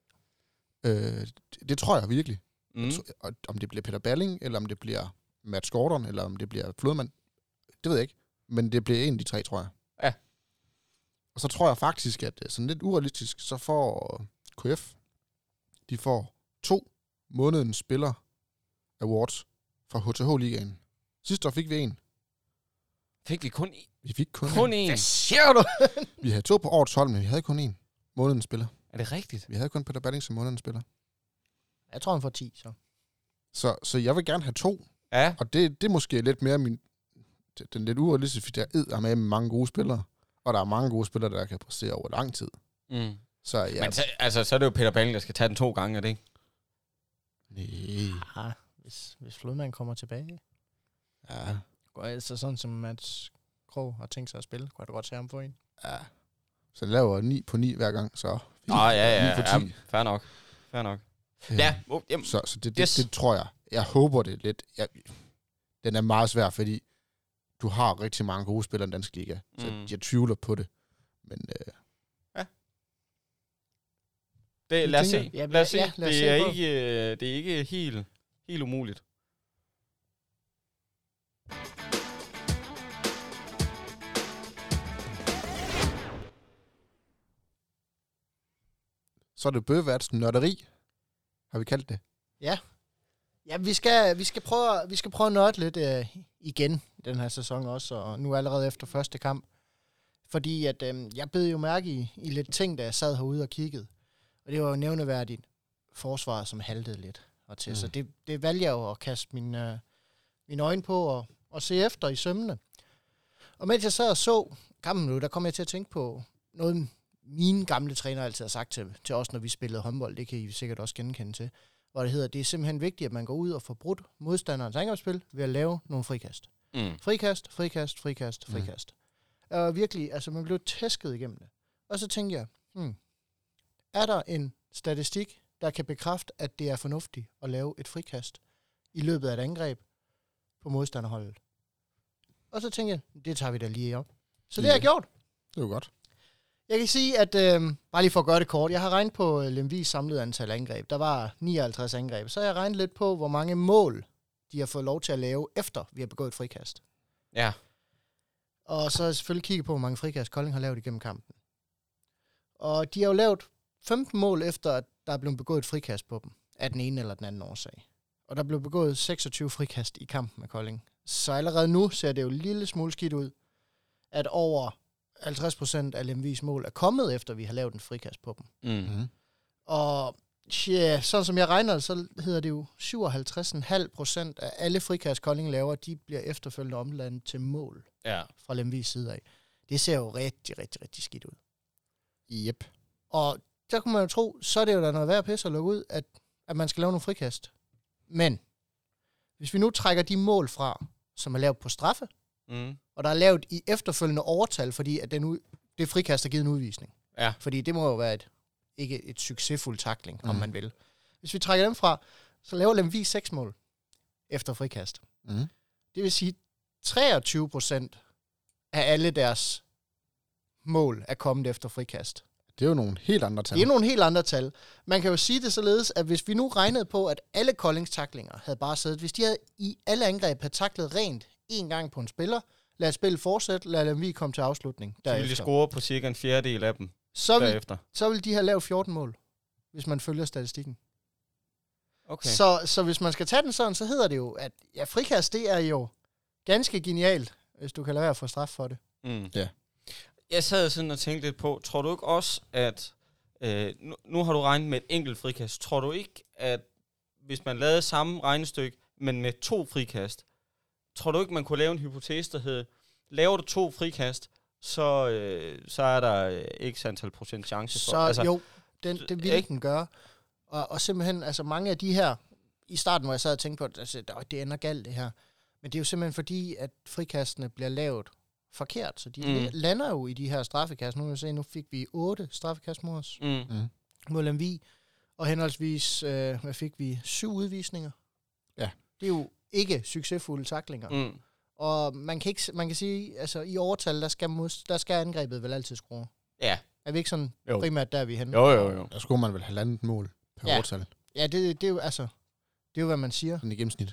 Øh, det, det tror jeg virkelig. Mm. Jeg tror- og om det bliver Peter Balling, eller om det bliver Mads Gordon, eller om det bliver Flodman, det ved jeg ikke. Men det bliver en af de tre, tror jeg. Ja. Og så tror jeg faktisk, at øh, sådan lidt urealistisk, så får K F, de får to månedens spiller awards fra H T H-ligaen. Sidste år fik vi en. Fik vi kun en? Vi fik kun, Kun en. en? Hvad siger du? Vi havde to på årets hold, men vi havde kun en månedens spiller. Er det rigtigt? Vi havde kun Peter Balling som månedens spiller. Jeg tror, han får ti, så. Så, så jeg vil gerne have to. Ja. Og det, det er måske lidt mere min, den lidt urealistiske, fordi der er med mange gode spillere. Og der er mange gode spillere, der kan præstere over lang tid. Mm. Så ja, Men så, altså, så er det jo Peter Balling, der skal tage den to gange, er det ikke? nej. Ah, hvis, hvis Flodman kommer tilbage. Ja. Går altså sådan, som Mads Krog har tænkt sig at spille. Kunne du godt se ham for en? Ja. Så det laver ni på ni hver gang, så... Nej, ja, ja, ni på ja, ti. fair nok. Fair nok. Øh, Ja, oh, jamen, Så, så det, det, yes. det tror jeg. Jeg håber det lidt. Jeg, den er meget svær, fordi du har rigtig mange gode spillere i den danske liga. Så Mm. jeg tvivler på det. Men øh, det, lad os se. tænker- Ja, Lad os se. ja, lad os det, se er på. ikke, øh, det er ikke helt, helt umuligt. så er det Bøværts nørderi, har vi kaldt det. Ja, vi skal, vi skal prøve, vi skal prøve at nørde lidt øh, igen den her sæson også, og nu allerede efter første kamp. Fordi at, øh, jeg bed jo mærke i, i lidt ting, da jeg sad herude og kiggede. Og det var jo nævneværdigt forsvaret, som haltede lidt og til. Mm. Så det, det valgte jeg jo at kaste min, øh, mine øjne på og, og se efter i sømmene. Og mens jeg sad og så kampen nu, der kom jeg til at tænke på noget, mine gamle trænere altid har sagt til, til os, når vi spillede håndbold. Det kan I sikkert også genkende til. Hvor det hedder, det er simpelthen vigtigt, at man går ud og får brudt modstanderens angrebsspil ved at lave nogle frikast. Mm. Frikast, frikast, frikast, frikast. Mm. Og virkelig, altså man blev tæsket igennem det. Og så tænkte jeg, hmm, er der en statistik, der kan bekræfte, at det er fornuftigt at lave et frikast i løbet af et angreb på modstanderholdet? Og så tænkte jeg, det tager vi da lige op. Så det har jeg gjort. Det er jo godt. Jeg kan sige, at øh, bare lige for at gøre det kort, jeg har regnet på Lemvigs samlede antal angreb. Der var nioghalvtreds angreb. Så har jeg regnet lidt på, hvor mange mål de har fået lov til at lave, efter vi har begået et frikast. Ja. Og så har jeg selvfølgelig kigget på, hvor mange frikast Kolding har lavet igennem kampen. Og de har jo lavet femten mål, efter at der er blevet begået et frikast på dem, af den ene eller den anden årsag. Og der blev begået seksogtyve frikast i kampen med Kolding. Så allerede nu ser det jo en lille smule skidt ud, at over halvtreds procent af Lemvigs mål er kommet, efter vi har lavet en frikast på dem. Mm. Mm. Og ja, sådan som jeg regner det, så hedder det jo syvoghalvtreds komma fem procent af alle frikast Kolding laver, de bliver efterfølgende omlandet til mål Ja. fra Lemvigs side af. Det ser jo rigtig, rigtig, rigtig skidt ud. Yep. Og der kunne man jo tro, så er det jo da noget værd pisse at lukke ud, at, at man skal lave nogle frikast. Men hvis vi nu trækker de mål fra, som er lavet på straffe, Mm. og der er lavet i efterfølgende overtal, fordi at den ud, det frikast har givet en udvisning. Ja. Fordi det må jo være et, ikke et succesfuld tackling, om Mm. man vil. Hvis vi trækker dem fra, så laver Lemvig seks mål efter frikast. Mm. Det vil sige, treogtyve procent af alle deres mål er kommet efter frikast. Det er jo nogle helt andre tal. Det er nogle helt andre tal. Man kan jo sige det således, at hvis vi nu regnede på, at alle Koldings tacklinger havde bare siddet, hvis de havde i alle angreb havde taklet rent en gang på en spiller, lad spillet fortsætte, lad Lemvig komme til afslutning Så ville de derefter, score på cirka en fjerdedel af dem så vil, derefter. så vil de have lavet fjorten mål, hvis man følger statistikken. Okay. Så, så hvis man skal tage den sådan, så hedder det jo, at ja, frikast, det er jo ganske genialt, hvis du kan lade være at få straf for det. Mm. Ja. Jeg sad sådan og tænkte lidt på, tror du ikke også, at øh, nu, nu har du regnet med et enkelt frikast, tror du ikke, at hvis man lavede samme regnestykke, men med to frikast, tror du ikke, man kunne lave en hypotese, der hedder, laver du to frikast, så, øh, så er der øh, x antal procent chance for. Så altså, jo, den, det vil ikke? den gøre. Og, og simpelthen, altså mange af de her, i starten, hvor jeg sad og tænkte på, at altså, det ender galt det her, men det er jo simpelthen fordi, at frikastene bliver lavet forkert, så de mm. lander jo i de her straffekast. Nu kan vi se, nu fik vi otte straffekast mod os, Mm. Mm. mod Lemvig, og henholdsvis, øh, hvad fik vi, syv udvisninger. Ja. Det er jo ikke succesfulde tacklinger. Mm. Og man kan, ikke, man kan sige, altså i overtal, der skal, mod, der skal angrebet vel altid skrue. Ja. Er vi ikke sådan Jo. primært der, vi er henne? Jo, jo, jo. Der skulle man vel have landet mål per Ja. overtal. Ja, det, det er jo altså, det er jo, hvad man siger. Sådan i gennemsnit.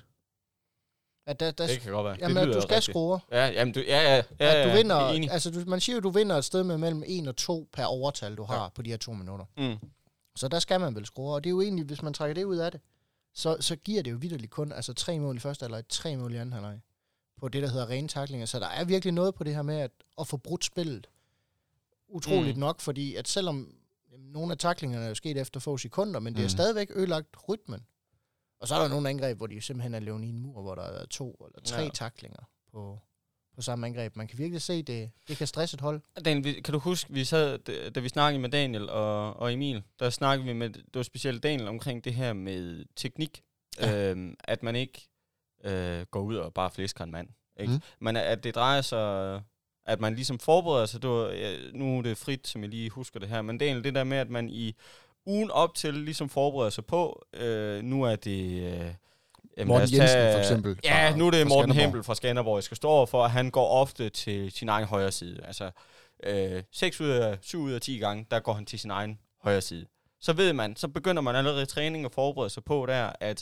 At der, der, Det kan godt være. jamen, det at lyder du skal rigtigt. score. Ja, jamen, du, ja, ja, ja, At du ja, vinder, jeg er enig. altså du, man siger jo, du vinder et sted med mellem en og to per overtal, du har Ja. på de her to minutter. Mm. Så der skal man vel score, og det er jo egentlig, hvis man trækker det ud af det, så, så giver det jo vitterligt kun altså tre mål i første halvleg, tre mål i anden halvleg på det, der hedder rene tacklinger. Så der er virkelig noget på det her med at, at få brudt spillet. Utroligt mm. nok, fordi at selvom jamen, nogle af tacklingerne er jo sket efter få sekunder, men det er Mm. stadigvæk ødelagt rytmen. Og så er der nogle angreb, hvor de simpelthen er løbet i en mur, hvor der er to eller tre Ja. ja. tacklinger på, på samme angreb. Man kan virkelig se, at det, det kan stresse et hold. Dan, vi- kan du huske, vi sad, da- da vi snakkede med Daniel og, og Emil, der snakkede vi med, det var specielt Daniel omkring det her med teknik. Ja. Øhm, at man ikke, øh, går ud og bare flæsker en mand. Ikke? Mm. Men at det drejer sig, at man ligesom forbereder sig, det var, ja, nu er det frit, som jeg lige husker det her, men det er egentlig det der med, at man i ugen op til ligesom forbereder sig på, øh, nu er det... Øh, Jamen, Morten Jensen tage, for eksempel. Ja, nu er det Morten Hempel fra Skanderborg, jeg skal stå over for, at han går ofte til sin egen højre side. Altså, øh, seks ud af syv ud af ti gange, der går han til sin egen højre side. Så ved man, så begynder man allerede i træning at forberede sig på der, at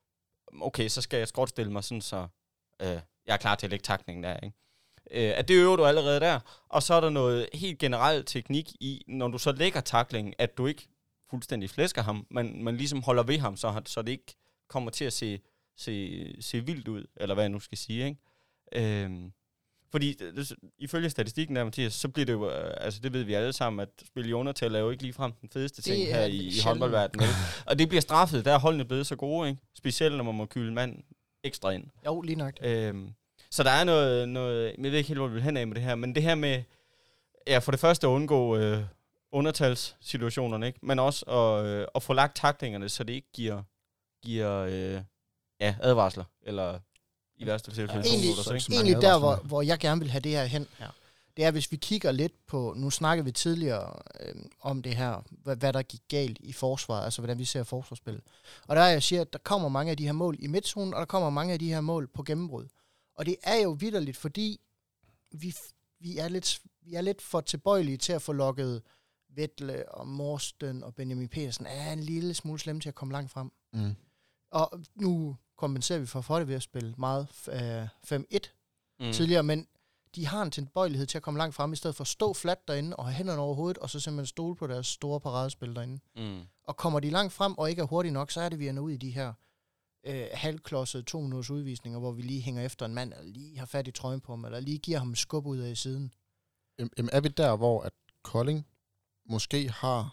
okay, så skal jeg skråtstille mig sådan, så øh, jeg er klar til at lægge takningen der, ikke? Øh, at det øver du allerede der, og så er der noget helt generelt teknik i, når du så lægger taklingen, at du ikke fuldstændig flæsker ham, men man ligesom holder ved ham, så, så det ikke kommer til at se Se, se vildt ud, eller hvad jeg nu skal sige, ikke? Øhm, fordi det, ifølge statistikken der, Mathias, så bliver det jo, altså det ved vi alle sammen, at spille i undertal er jo ikke ligefrem den fedeste ting her i, i håndboldverdenen. Og det bliver straffet, der er holdene blevet så gode, ikke? Specielt når man må kyle mand ekstra ind. Jo, lige nok. Øhm, så der er noget, noget, jeg ved ikke helt, hvor vi vil hen af med det her, men det her med, ja, for det første at undgå øh, undertalssituationerne, ikke? Men også at, øh, at få lagt taklingerne, så det ikke giver, giver øh, ja, advarsler, eller i værste tilfælde. Ja, egentlig så, egentlig der, hvor, hvor jeg gerne vil have det her hen, ja. Det er, hvis vi kigger lidt på, nu snakkede vi tidligere øh, om det her, hvad, hvad der gik galt i forsvaret, altså hvordan vi ser forsvarsspillet. Og der er jeg siger, at der kommer mange af de her mål i midtzonen, og der kommer mange af de her mål på gennembrud. Og det er jo vitterligt, fordi vi, vi, er lidt, vi er lidt for tilbøjelige til at få lukket Vettle og Morsten og Benjamin Petersen er en lille smule slemme til at komme langt frem. Mm. Og nu kompenserer vi for, for det ved at spille meget øh, fem et mm. tidligere, men de har en tilbøjelighed til at komme langt frem, i stedet for at stå fladt derinde og have hænderne over hovedet, og så simpelthen stole på deres store paradespil derinde. Mm. Og kommer de langt frem og ikke er hurtige nok, så er det, vi ender ud i de her øh, halvklodsede to minutters udvisninger, hvor vi lige hænger efter en mand, eller lige har fat i trøjen på ham, eller lige giver ham en skub ud af siden. Jamen er vi der, hvor at Kolding måske har,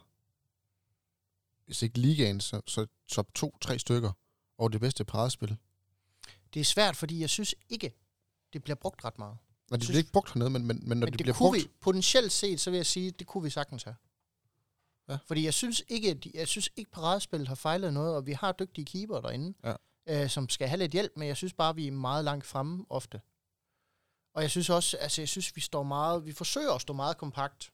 hvis ikke ligaen, så, så top to-tre stykker over det bedste paradespil? Det er svært, fordi jeg synes ikke, det bliver brugt ret meget. Men det bliver ikke brugt hernede, men, men, men når men det, det bliver kunne brugt... Vi, potentielt set, så vil jeg sige, det kunne vi sagtens have. Ja. Fordi jeg synes ikke, jeg synes ikke paradespillet har fejlet noget, og vi har dygtige keeper derinde, ja. øh, som skal have lidt hjælp, men jeg synes bare, vi er meget langt fremme ofte. Og jeg synes også, altså jeg synes, vi står meget, vi forsøger at stå meget kompakt,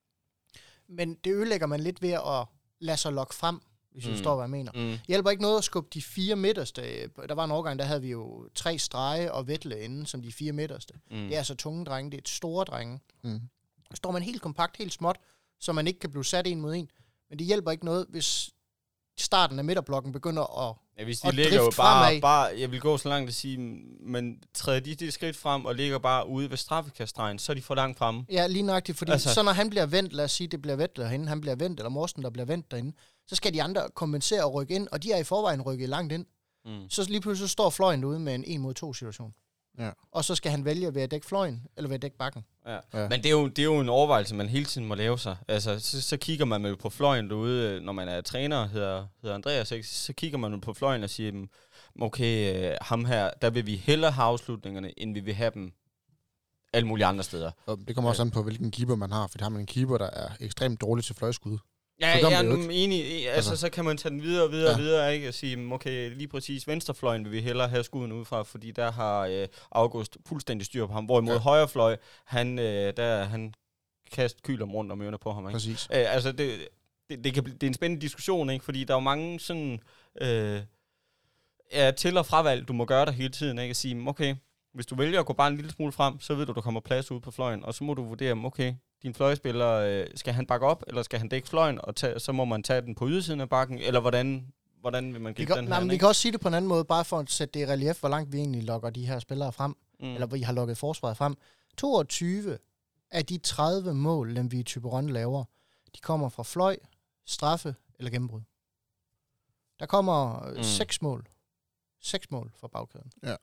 men det ødelægger man lidt ved at lade sig lokke frem, hvis mm. du forstår, hvad jeg mener. Mm. Hjælper ikke noget at skubbe de fire midterste. Der var en årgang, der havde vi jo tre strege og Vettle inden som de fire midterste. Mm. Det er altså tunge drenge, det er et store drenge. Mm. Så står man helt kompakt, helt småt, så man ikke kan blive sat en mod en. Men det hjælper ikke noget, hvis starten af midterblokken begynder at ja, hvis de ligger jo bare, bare, jeg vil gå så langt at sige, men træder de det skridt frem og ligger bare ude ved straffekaststregen, så er de for langt fremme. Ja, lige nøjagtigt, fordi altså, så når han bliver vendt, lad os sige, det bliver vendt derinde, han bliver vendt, eller Morsten, der bliver vendt derinde, så skal de andre kompensere og rykke ind, og de er i forvejen rykket langt ind. Mm. Så lige pludselig så står fløjen derude med en en mod to situation. Ja. Og så skal han vælge ved at dække fløjen, eller ved at dække bakken. Ja. Ja. Men det er, jo, det er jo en overvejelse, man hele tiden må lave sig. Altså, så, så kigger man jo på fløjen derude, når man er træner, hedder, hedder Andreas, ikke? Så kigger man jo på fløjen og siger, okay, øh, ham her, der vil vi hellere have afslutningerne, end vi vil have dem alle mulige andre steder. Og det kommer også an på, hvilken keeper man har, for har man en keeper, der er ekstremt dårlig til fløjskud. Ja, jeg er enig. Altså, altså, så kan man tage den videre og videre og ja. videre, ikke? Og sige, okay, lige præcis venstrefløjen vil vi hellere have skuden udefra, fordi der har øh, August fuldstændig styr på ham. Hvorimod ja. højrefløj, han, øh, der, han kaster kyler rundt om ørerne på ham, ikke? Præcis. Æ, altså, det, det, det, kan, det er en spændende diskussion, ikke? Fordi der er jo mange sådan øh, ja, til- og fravalg, du må gøre der hele tiden, ikke? At sige, okay, hvis du vælger at gå bare en lille smule frem, så ved du, der kommer plads ude på fløjen, og så må du vurdere, okay, din fløjspiller, øh, skal han bakke op, eller skal han dække fløjen, og tage, så må man tage den på ydersiden af bakken, eller hvordan, hvordan vil man gribe den nej, her? Men vi kan også sige det på en anden måde, bare for at sætte det i relief, hvor langt vi egentlig lokker de her spillere frem, mm. eller hvor I har lukket forsvaret frem. toogtyve af de tredive mål, dem vi i Thyborøn laver, de kommer fra fløj, straffe eller gennembrud. Der kommer mm. seks mål. Seks mål fra bagkæden. Ja.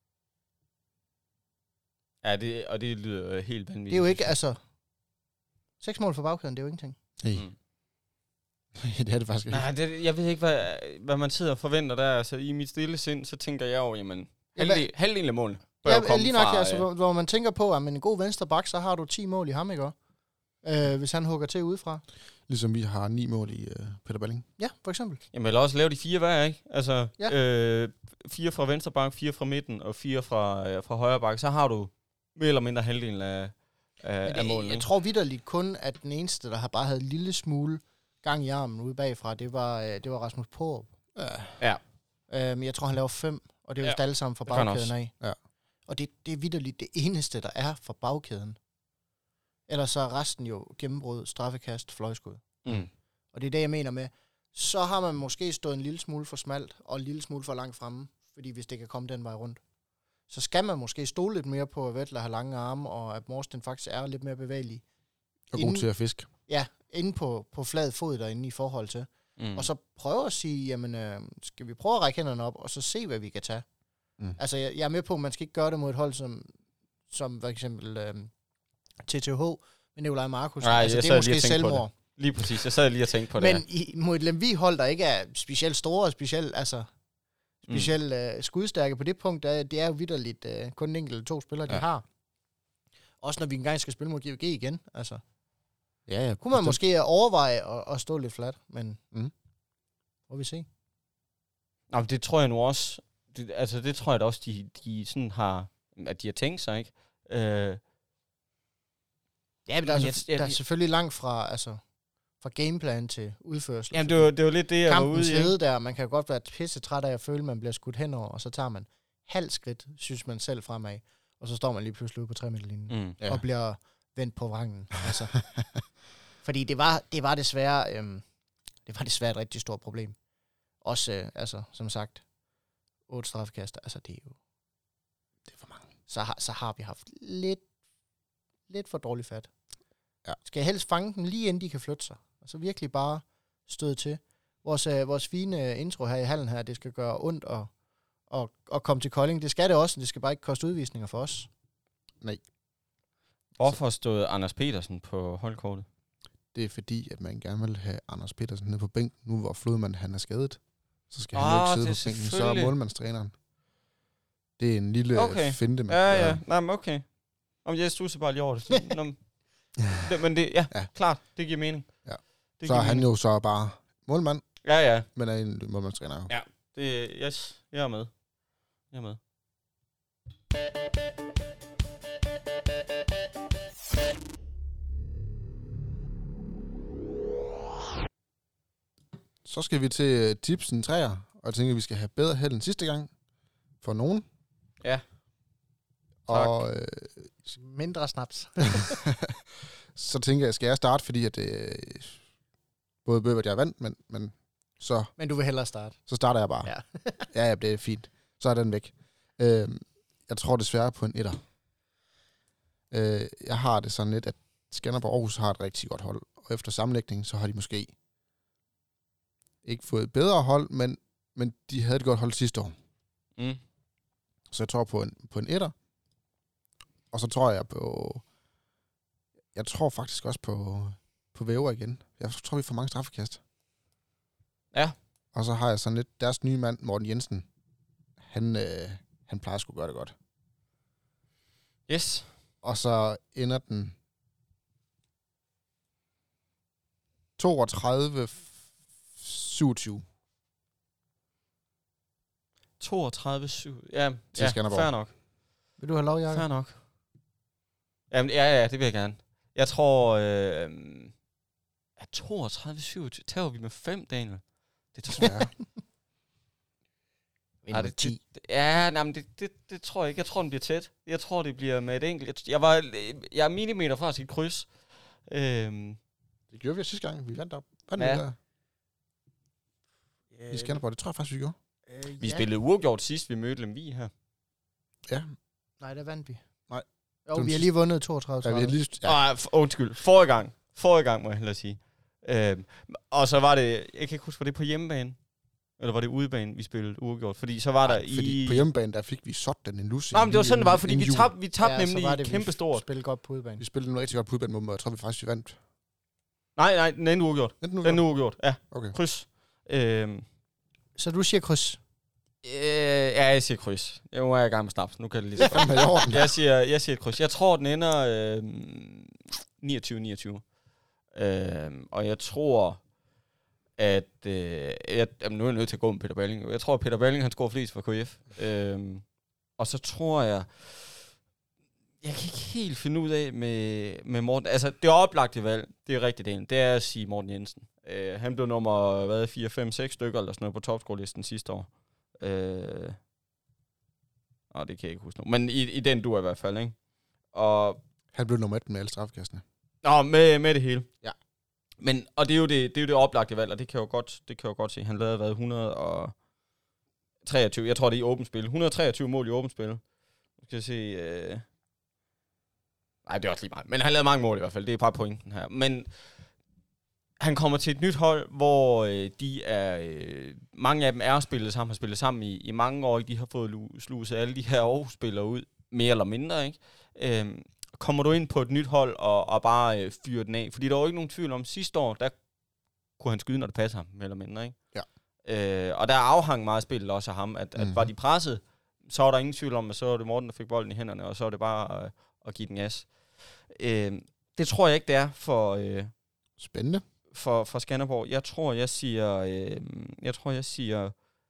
Ja, det, og det lyder helt vanvittigt. Det er jo ikke, altså... Seks mål for bagkæden, det er jo ingenting. Hey. Mm. Det er det faktisk ikke. Nej, det, jeg ved ikke, hvad, hvad man sidder og forventer der. Altså, i mit stille sind, så tænker jeg jo, jamen, halvdelen, halvdelen af målene bør ja, komme lige nok, fra... Altså, hvor, hvor man tænker på, at med en god venstre bak, så har du ti mål i ham, ikke også? øh, hvis han hugger til udefra. Ligesom vi har ni mål i øh, Peter Balling. Ja, for eksempel. Jamen, eller også lave de fire hver, ikke? Altså, ja. øh, fire fra venstre bak, fire fra midten og fire fra, øh, fra højre bak. Så har du mere eller mindre halvdelen af, af, det, af målene. Jeg tror vitterligt kun, at den eneste, der har bare havde en lille smule gang i armen ude bagfra, det var, øh, det var Rasmus Porup. Ja. ja. Øh, men jeg tror, han laver fem, og det er jo ja. alle sammen fra bagkæden af. Ja. Og det, det er vitterligt det eneste, der er fra bagkæden. Ellers så er resten jo gennembrud, straffekast, fløjskud. Mm. Og det er det, jeg mener med, så har man måske stået en lille smule for smalt, og en lille smule for langt fremme, fordi hvis det kan komme den vej rundt, så skal man måske stole lidt mere på, at Vettel har lange arme, og at Morsten faktisk er lidt mere bevægelig. Og god til at fiske. Ja, inde på, på flad fod derinde i forhold til. Mm. Og så prøve at sige, jamen, øh, skal vi prøve at række hænderne op, og så se, hvad vi kan tage. Mm. Altså, jeg, jeg er med på, at man skal ikke gøre det mod et hold, som, som for eksempel øh, T T H med Nikolaj Markus. Nej, altså, det er måske selvmord. Lige præcis, jeg sad lige og tænkte på det. Men i, mod et Lemvig-hold, der ikke er specielt store og specielt, altså, specielt mm. øh, skudstærke på det punkt, der, det er jo vitterligt øh, kun en enkelt eller to spillere, ja. de har. Også når vi engang skal spille mod G O G igen, altså. Ja, ja. Kunne man måske overveje at, at stå lidt flat, men mm. må vi se. Nå, det tror jeg nu også, det, altså det tror jeg da også, de, de sådan har, at de har tænkt sig, ikke? Øh, ja, men der er, jeg, jeg, der er selvfølgelig langt fra, altså, fra gameplan til udførsel. Jamen, det var, det var lidt det, jeg var ude i. Kampens hede der, man kan godt være pisse træt af at føle, at man bliver skudt henover, og så tager man halv skridt, synes man selv fremad, og så står man lige pludselig ude på tre meter linjen mm, ja. og bliver vendt på vrangen. Altså. Fordi det var, det var desværre, øhm, det var desværre et rigtig stort problem. Også, øh, altså, som sagt, otte straffekaster, altså det er jo, det er for mange. Så har, så har vi haft lidt, lidt for dårlig fat. Ja. Skal jeg helst fange dem lige inden de kan flytte sig. Altså virkelig bare støde til. Vores, øh, vores fine intro her i hallen her, det skal gøre ondt og, og, og komme til Kolding. Det skal det også, det skal bare ikke koste udvisninger for os. Nej. Hvorfor stod Anders Petersen på holdkortet? Det er fordi, at man gerne vil have Anders Petersen nede på bænken, nu hvor Flodman han er skadet. Så skal ah, han jo ikke sidde på bænken, så er målmandstræneren. Det er en lille okay. finte, man ja, ja, nej, men okay. Om jeg studser bare lige over det. Nå, det men det, ja, ja, klart, det giver mening. Ja. Det så er han mening. jo så bare målmand. Ja, ja. Men er en målmandstræner jo. Ja, det, yes, jeg er med. Jeg er med. Så skal vi til tipsen træer, og jeg tænker, at vi skal have bedre held end sidste gang. For nogen. Ja. Tak. Og øh, mindre snaps. Så tænker jeg, skal jeg starte, fordi at øh, både Bøbert, jeg vandt, men, men så... Men du vil hellere starte. Så starter jeg bare. Ja, ja, ja, det er fint. Så er den væk. Øh, jeg tror desværre på en etter. Øh, jeg har det sådan lidt, at Skanderborg Aarhus har et rigtig godt hold, og efter sammenlægningen, så har de måske ikke fået et bedre hold, men, men de havde et godt hold sidste år. Mm. Så jeg tror på en, på en etter. Og så tror jeg på... Jeg tror faktisk også på, på Væver igen. Jeg tror, vi får mange straffekast. Ja. Og så har jeg sådan lidt... Deres nye mand, Morten Jensen, han, øh, han plejer sgu gøre det godt. Yes. Og så ender den toogtredive syvogtyve. toogtredive syv. Ja, til ja fair nok. Vil du have lov, Jacob? Fair nok. Jamen, ja, ja, det vil jeg gerne. Jeg tror, øh, at toogtredive syvogtyve, tager vi med fem, Daniel. Det tror jeg. Ja, det, det, det, ja, nej, men det, det, det tror jeg ikke. Jeg tror, den bliver tæt. Jeg tror, det bliver med et enkelt. Jeg var, jeg er millimeter fra sit kryds. Øhm. Det gjorde vi sidste gang. Vi vandt op. Vandt ja. vi der? Vi Skanderborg, det tror jeg faktisk, vi gjorde. Øh, vi ja. spillede uafgjort sidst, vi mødte Lemvig her. Ja. Nej, der vandt vi. Nej. Jo, vi har lige vundet toogtredive. Ja, vi har lige... Ja. Ah, undskyld. Forrige gang. Forrige gang, må jeg hellere sige. Øhm. Og så var det... Jeg kan ikke huske, var det på hjemmebane? Eller var det udebane, vi spillede uafgjort? Fordi så var Nej, der fordi i... på hjemmebane, der fik vi sådan en lussing. Nej, men det var sådan, det var, fordi vi tabte vi tab ja, nemlig det, kæmpe stort. Vi spillede godt på udebane. Vi spillede en rigtig godt på udebane, og jeg tror, vi faktisk vi vandt. Nej, nej, den anden uafgjort. Den anden uafgjort, ja. Okay. Kryds. Øhm. Så du siger kryds? Øh, ja, jeg siger kryds. Nu er jeg i gang med snaps. Nu kan det lige så godt. jeg siger, jeg siger kryds. Jeg tror, den ender øh, niogtyve niogtyve. Øh, og jeg tror, at... Øh, jeg, jamen, nu er jeg nødt til at gå med Peter Balling. Jeg tror, at Peter Balling, han scorer flest for K F. Øh, og så tror jeg... Jeg kan ikke helt finde ud af med, med Morten. Altså, det oplagte valg, det er rigtigt det, det er at sige Morten Jensen. Øh, han blev nummer, hvad, fire, fem, seks stykker eller sådan noget på topscore-listen sidste år. Øh, Nå, det kan jeg ikke huske nu. Men i, i den du i hvert fald, ikke? Og han blev nummer et med alle straffekastene. Nå, med, med det hele. Ja. Men, og det er jo det, det, er jo det oplagte valg, og det kan jeg jo godt, det kan jeg jo godt se. Han lavede hvad, et hundrede og treogtyve, jeg tror det er i åbent spil. et hundrede og treogtyve mål i åbent spil. Nu skal jeg se... Øh... Nej, det er også lige meget. Men han lavede mange mål i hvert fald. Det er bare pointen her. Men han kommer til et nyt hold, hvor øh, de er... Øh, mange af dem er spillet sammen, har spillet sammen i, i mange år. De har fået sluset alle de her Aarhus-spillere ud, mere eller mindre, ikke? Øh, kommer du ind på et nyt hold og, og bare øh, fyrer den af? Fordi der var jo ikke nogen tvivl om, sidste år, der kunne han skyde, når det passer ham, mere eller mindre, ikke? Ja. Øh, og der afhang meget spillet også af ham, at, at mm. var de presset, så var der ingen tvivl om, at så var det Morten, der fik bolden i hænderne, og så var det bare øh, at give den gas. Øh, det tror jeg ikke, det er for... Øh, Spændende. For, for Skanderborg. Jeg tror, jeg siger... Øh, jeg tror, jeg siger...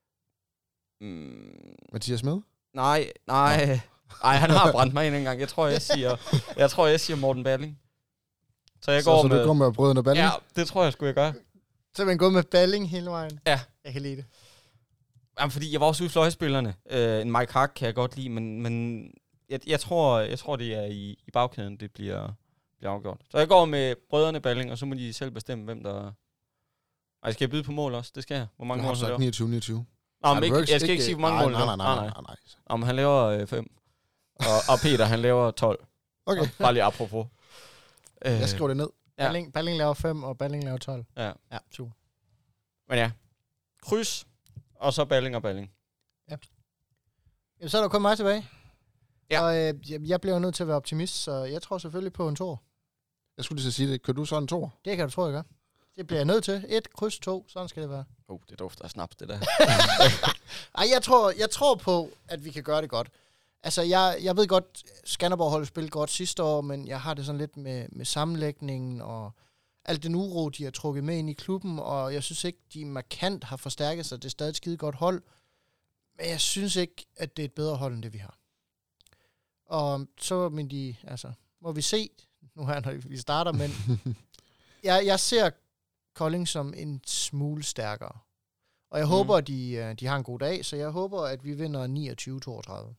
Mm, Mathias Smed? Nej, nej... Nå. Ej, han har brændt mig ind engang. Jeg tror, jeg siger, jeg tror, jeg siger Morten Balling. Så jeg så, går så med... du går med Brødrene Balling? Ja, det tror jeg, skulle jeg gøre. Så man går med Balling hele vejen? Ja. Jeg kan lide det. Jamen, fordi jeg var også ude i fløjspillerne. Uh, en Mike Hack kan jeg godt lide, men, men jeg, jeg, tror, jeg tror, det er i, i bagkæden, det bliver, bliver afgjort. Så jeg går med Brødrene Balling, og så må de selv bestemme, hvem der... Ej, skal jeg byde på mål også? Det skal jeg. Hvor mange mål har han laver? niogtyve niogtyve. Nå, men ikke, jeg skal ikke, ikke sige, hvor mange nej, mål nej, nej, nej, nej, nej, nej. Om han laver øh, fem. Og, og Peter, han laver tolv. Okay. Bare lige apropos. Jeg skriver det ned. Ja. Balling, Balling laver fem, og Balling laver tolv. Ja. Ja, super. Men ja. Kryds, og så Balling og Balling. Ja. Jamen, så er der kun mig tilbage. Ja. Og øh, jeg bliver nødt til at være optimist, så jeg tror selvfølgelig på en toer. Jeg skulle lige så sige det. Kan du så en toer? Det kan du tro, jeg gør. Det bliver jeg nødt til. Et, kryds, to. Sådan skal det være. Oh, det dufter af snaps, det der. Ej, jeg tror, jeg tror på, at vi kan gøre det godt. Altså, jeg, jeg ved godt, Skanderborg holdt spillet godt sidste år, men jeg har det sådan lidt med, med sammenlægningen og alt den uro, de har trukket med ind i klubben, og jeg synes ikke, de markant har forstærket sig. Det er stadig et skide godt hold, men jeg synes ikke, at det er et bedre hold, end det vi har. Og så men de, altså, må vi se, nu her, når vi starter, men jeg, jeg ser Kolding som en smule stærkere. Og jeg mm. håber, at de, de har en god dag, så jeg håber, at vi vinder niogtyve toogtredive.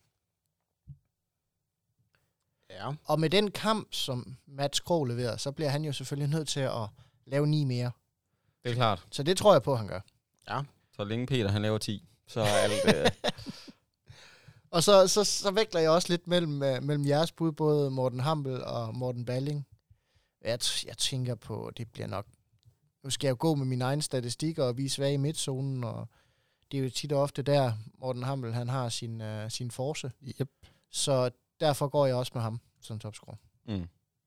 Ja. Og med den kamp, som Mats Krog leverer, så bliver han jo selvfølgelig nødt til at lave ni mere. Det er klart. Så det tror jeg på, han gør. Ja. Så længe Peter, han laver ti, så er alt... Øh... Og så, så, så vægter jeg også lidt mellem, uh, mellem jeres bud, både Morten Hampel og Morten Balling. Jeg, t- jeg tænker på, det bliver nok... Nu skal jeg jo gå med mine egne statistikker, og vi er svage i midtzonen, og det er jo tit og ofte der, Morten Hampel, han har sin, uh, sin force. Yep. Så derfor går jeg også med ham som topscorer. Mm.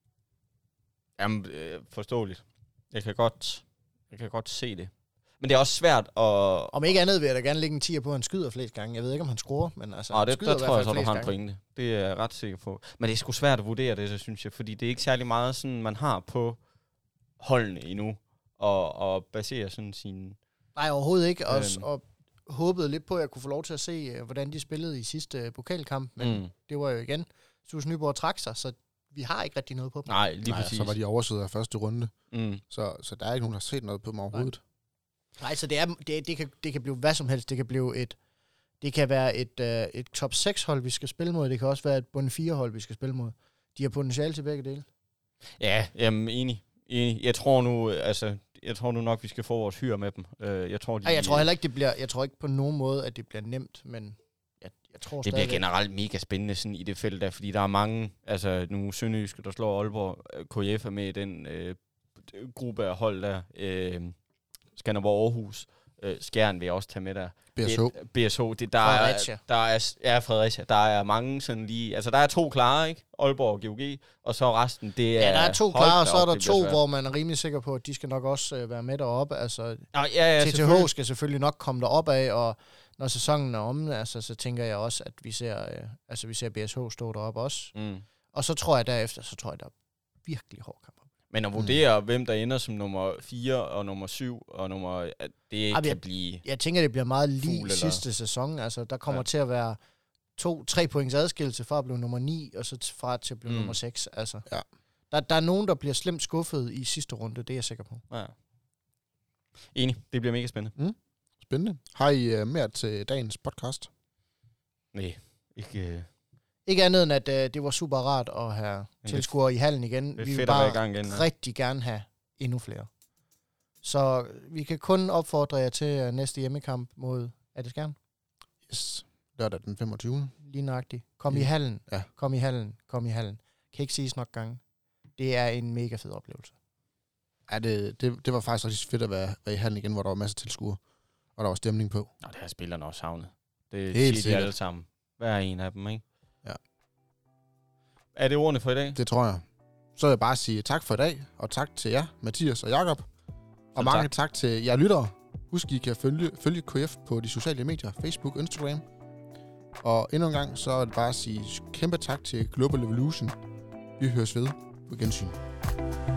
Jamen, øh, forståeligt. Jeg kan godt, jeg kan godt se det. Men det er også svært at... Om ikke andet vil jeg da gerne lægge en tier på, at han skyder flest gange. Jeg ved ikke, om han scorer, men altså... Ah, det, der tror jeg så, du har en gange. pointe. Det er jeg ret sikker på. Men det er sgu svært at vurdere det, så synes jeg, fordi det er ikke særlig meget, sådan, man har på holdene endnu, og, og basere sådan sin... Nej, overhovedet ikke. Og, Øhm. og håbede lidt på, at jeg kunne få lov til at se, hvordan de spillede i sidste pokalkamp, men mm. det var jo igen... Sus Nyborg trak sig, så vi har ikke rigtig noget på dem. Nej, lige Nej, præcis. så var de oversiddet af første runde. Mm. Så, så der er ikke nogen, der har set noget på dem overhovedet. Nej, så det, er, det, det, kan, det kan blive hvad som helst. Det kan blive et... Det kan være et, uh, et top seks hold, vi skal spille mod. Det kan også være et bund fire hold, vi skal spille mod. De har potentiale til begge dele. Ja, jamen enig. enig. Jeg tror nu, altså, jeg tror nu nok, vi skal få vores hyre med dem. Uh, jeg tror, de, Ej, jeg tror heller ikke, det bliver... Jeg tror ikke på nogen måde, at det bliver nemt, men... Jeg, jeg tror det bliver generelt mega spændende sådan i det felt der, fordi der er mange, altså nu Sønderjyske, der slår Aalborg, K F er med i den øh, gruppe af hold der, øh, Skanderborg Aarhus, øh, Skjern vil jeg også tage med der. B S H. B S H, det, der Fredericia. Er, der er, ja, Fredericia, der er mange sådan lige, altså der er to klare, ikke? Aalborg og G O G, og så resten, det er... Ja, der er to klare, og så er der to, svært. hvor man er rimelig sikker på, at de skal nok også øh, være med deroppe. Altså, Nå, ja, ja, T T H skal selvfølgelig nok komme derop af, og når sæsonen er om, altså, så tænker jeg også, at vi ser, øh, altså, vi ser B S H stå deroppe også. Mm. Og så tror jeg derefter, så tror jeg, der er virkelig hård kamp. Men at vurdere, mm. hvem der ender som nummer fire og nummer syv og nummer... Det Ej, kan jeg, blive... Jeg tænker, det bliver meget lige sidste sæson. Altså, der kommer ja. til at være to, tre points adskillelse fra at blive nummer ni, og så fra til at blive mm. nummer seks. Altså, ja. der, der er nogen, der bliver slemt skuffet i sidste runde, det er jeg sikker på. Ja. Enig. Det bliver mega spændende. Mm. Spændende. Har I uh, mere til dagens podcast? Nej, ikke... Uh... Ikke andet end, at uh, det var super rart at have tilskuere i hallen igen. Det vi vil bare igen, ja. rigtig gerne have endnu flere. Så vi kan kun opfordre jer til uh, næste hjemmekamp mod... Er det Skjern? Yes. Lørdag den femogtyvende Lige nøjagtigt. Kom ja. i hallen. Ja. Kom i hallen. Kom i hallen. Kan ikke siges nok gange. Det er en mega fed oplevelse. Ja, det, det, det var faktisk rigtig fedt at være, være i hallen igen, hvor der var masser af tilskuere. Og der var stemning på. Og det har spillerne også savnet. Det Helt siger de alle sammen. Hver en af dem, ikke? Ja. Er det ordene for i dag? Det tror jeg. Så vil jeg bare sige tak for i dag, og tak til jer, Mathias og Jakob. Og mange tak. tak til jer lyttere. Husk, I kan følge, følge K F på de sociale medier, Facebook og Instagram. Og endnu en gang, så er det bare at sige kæmpe tak til Global Evolution. Vi høres ved på gensyn.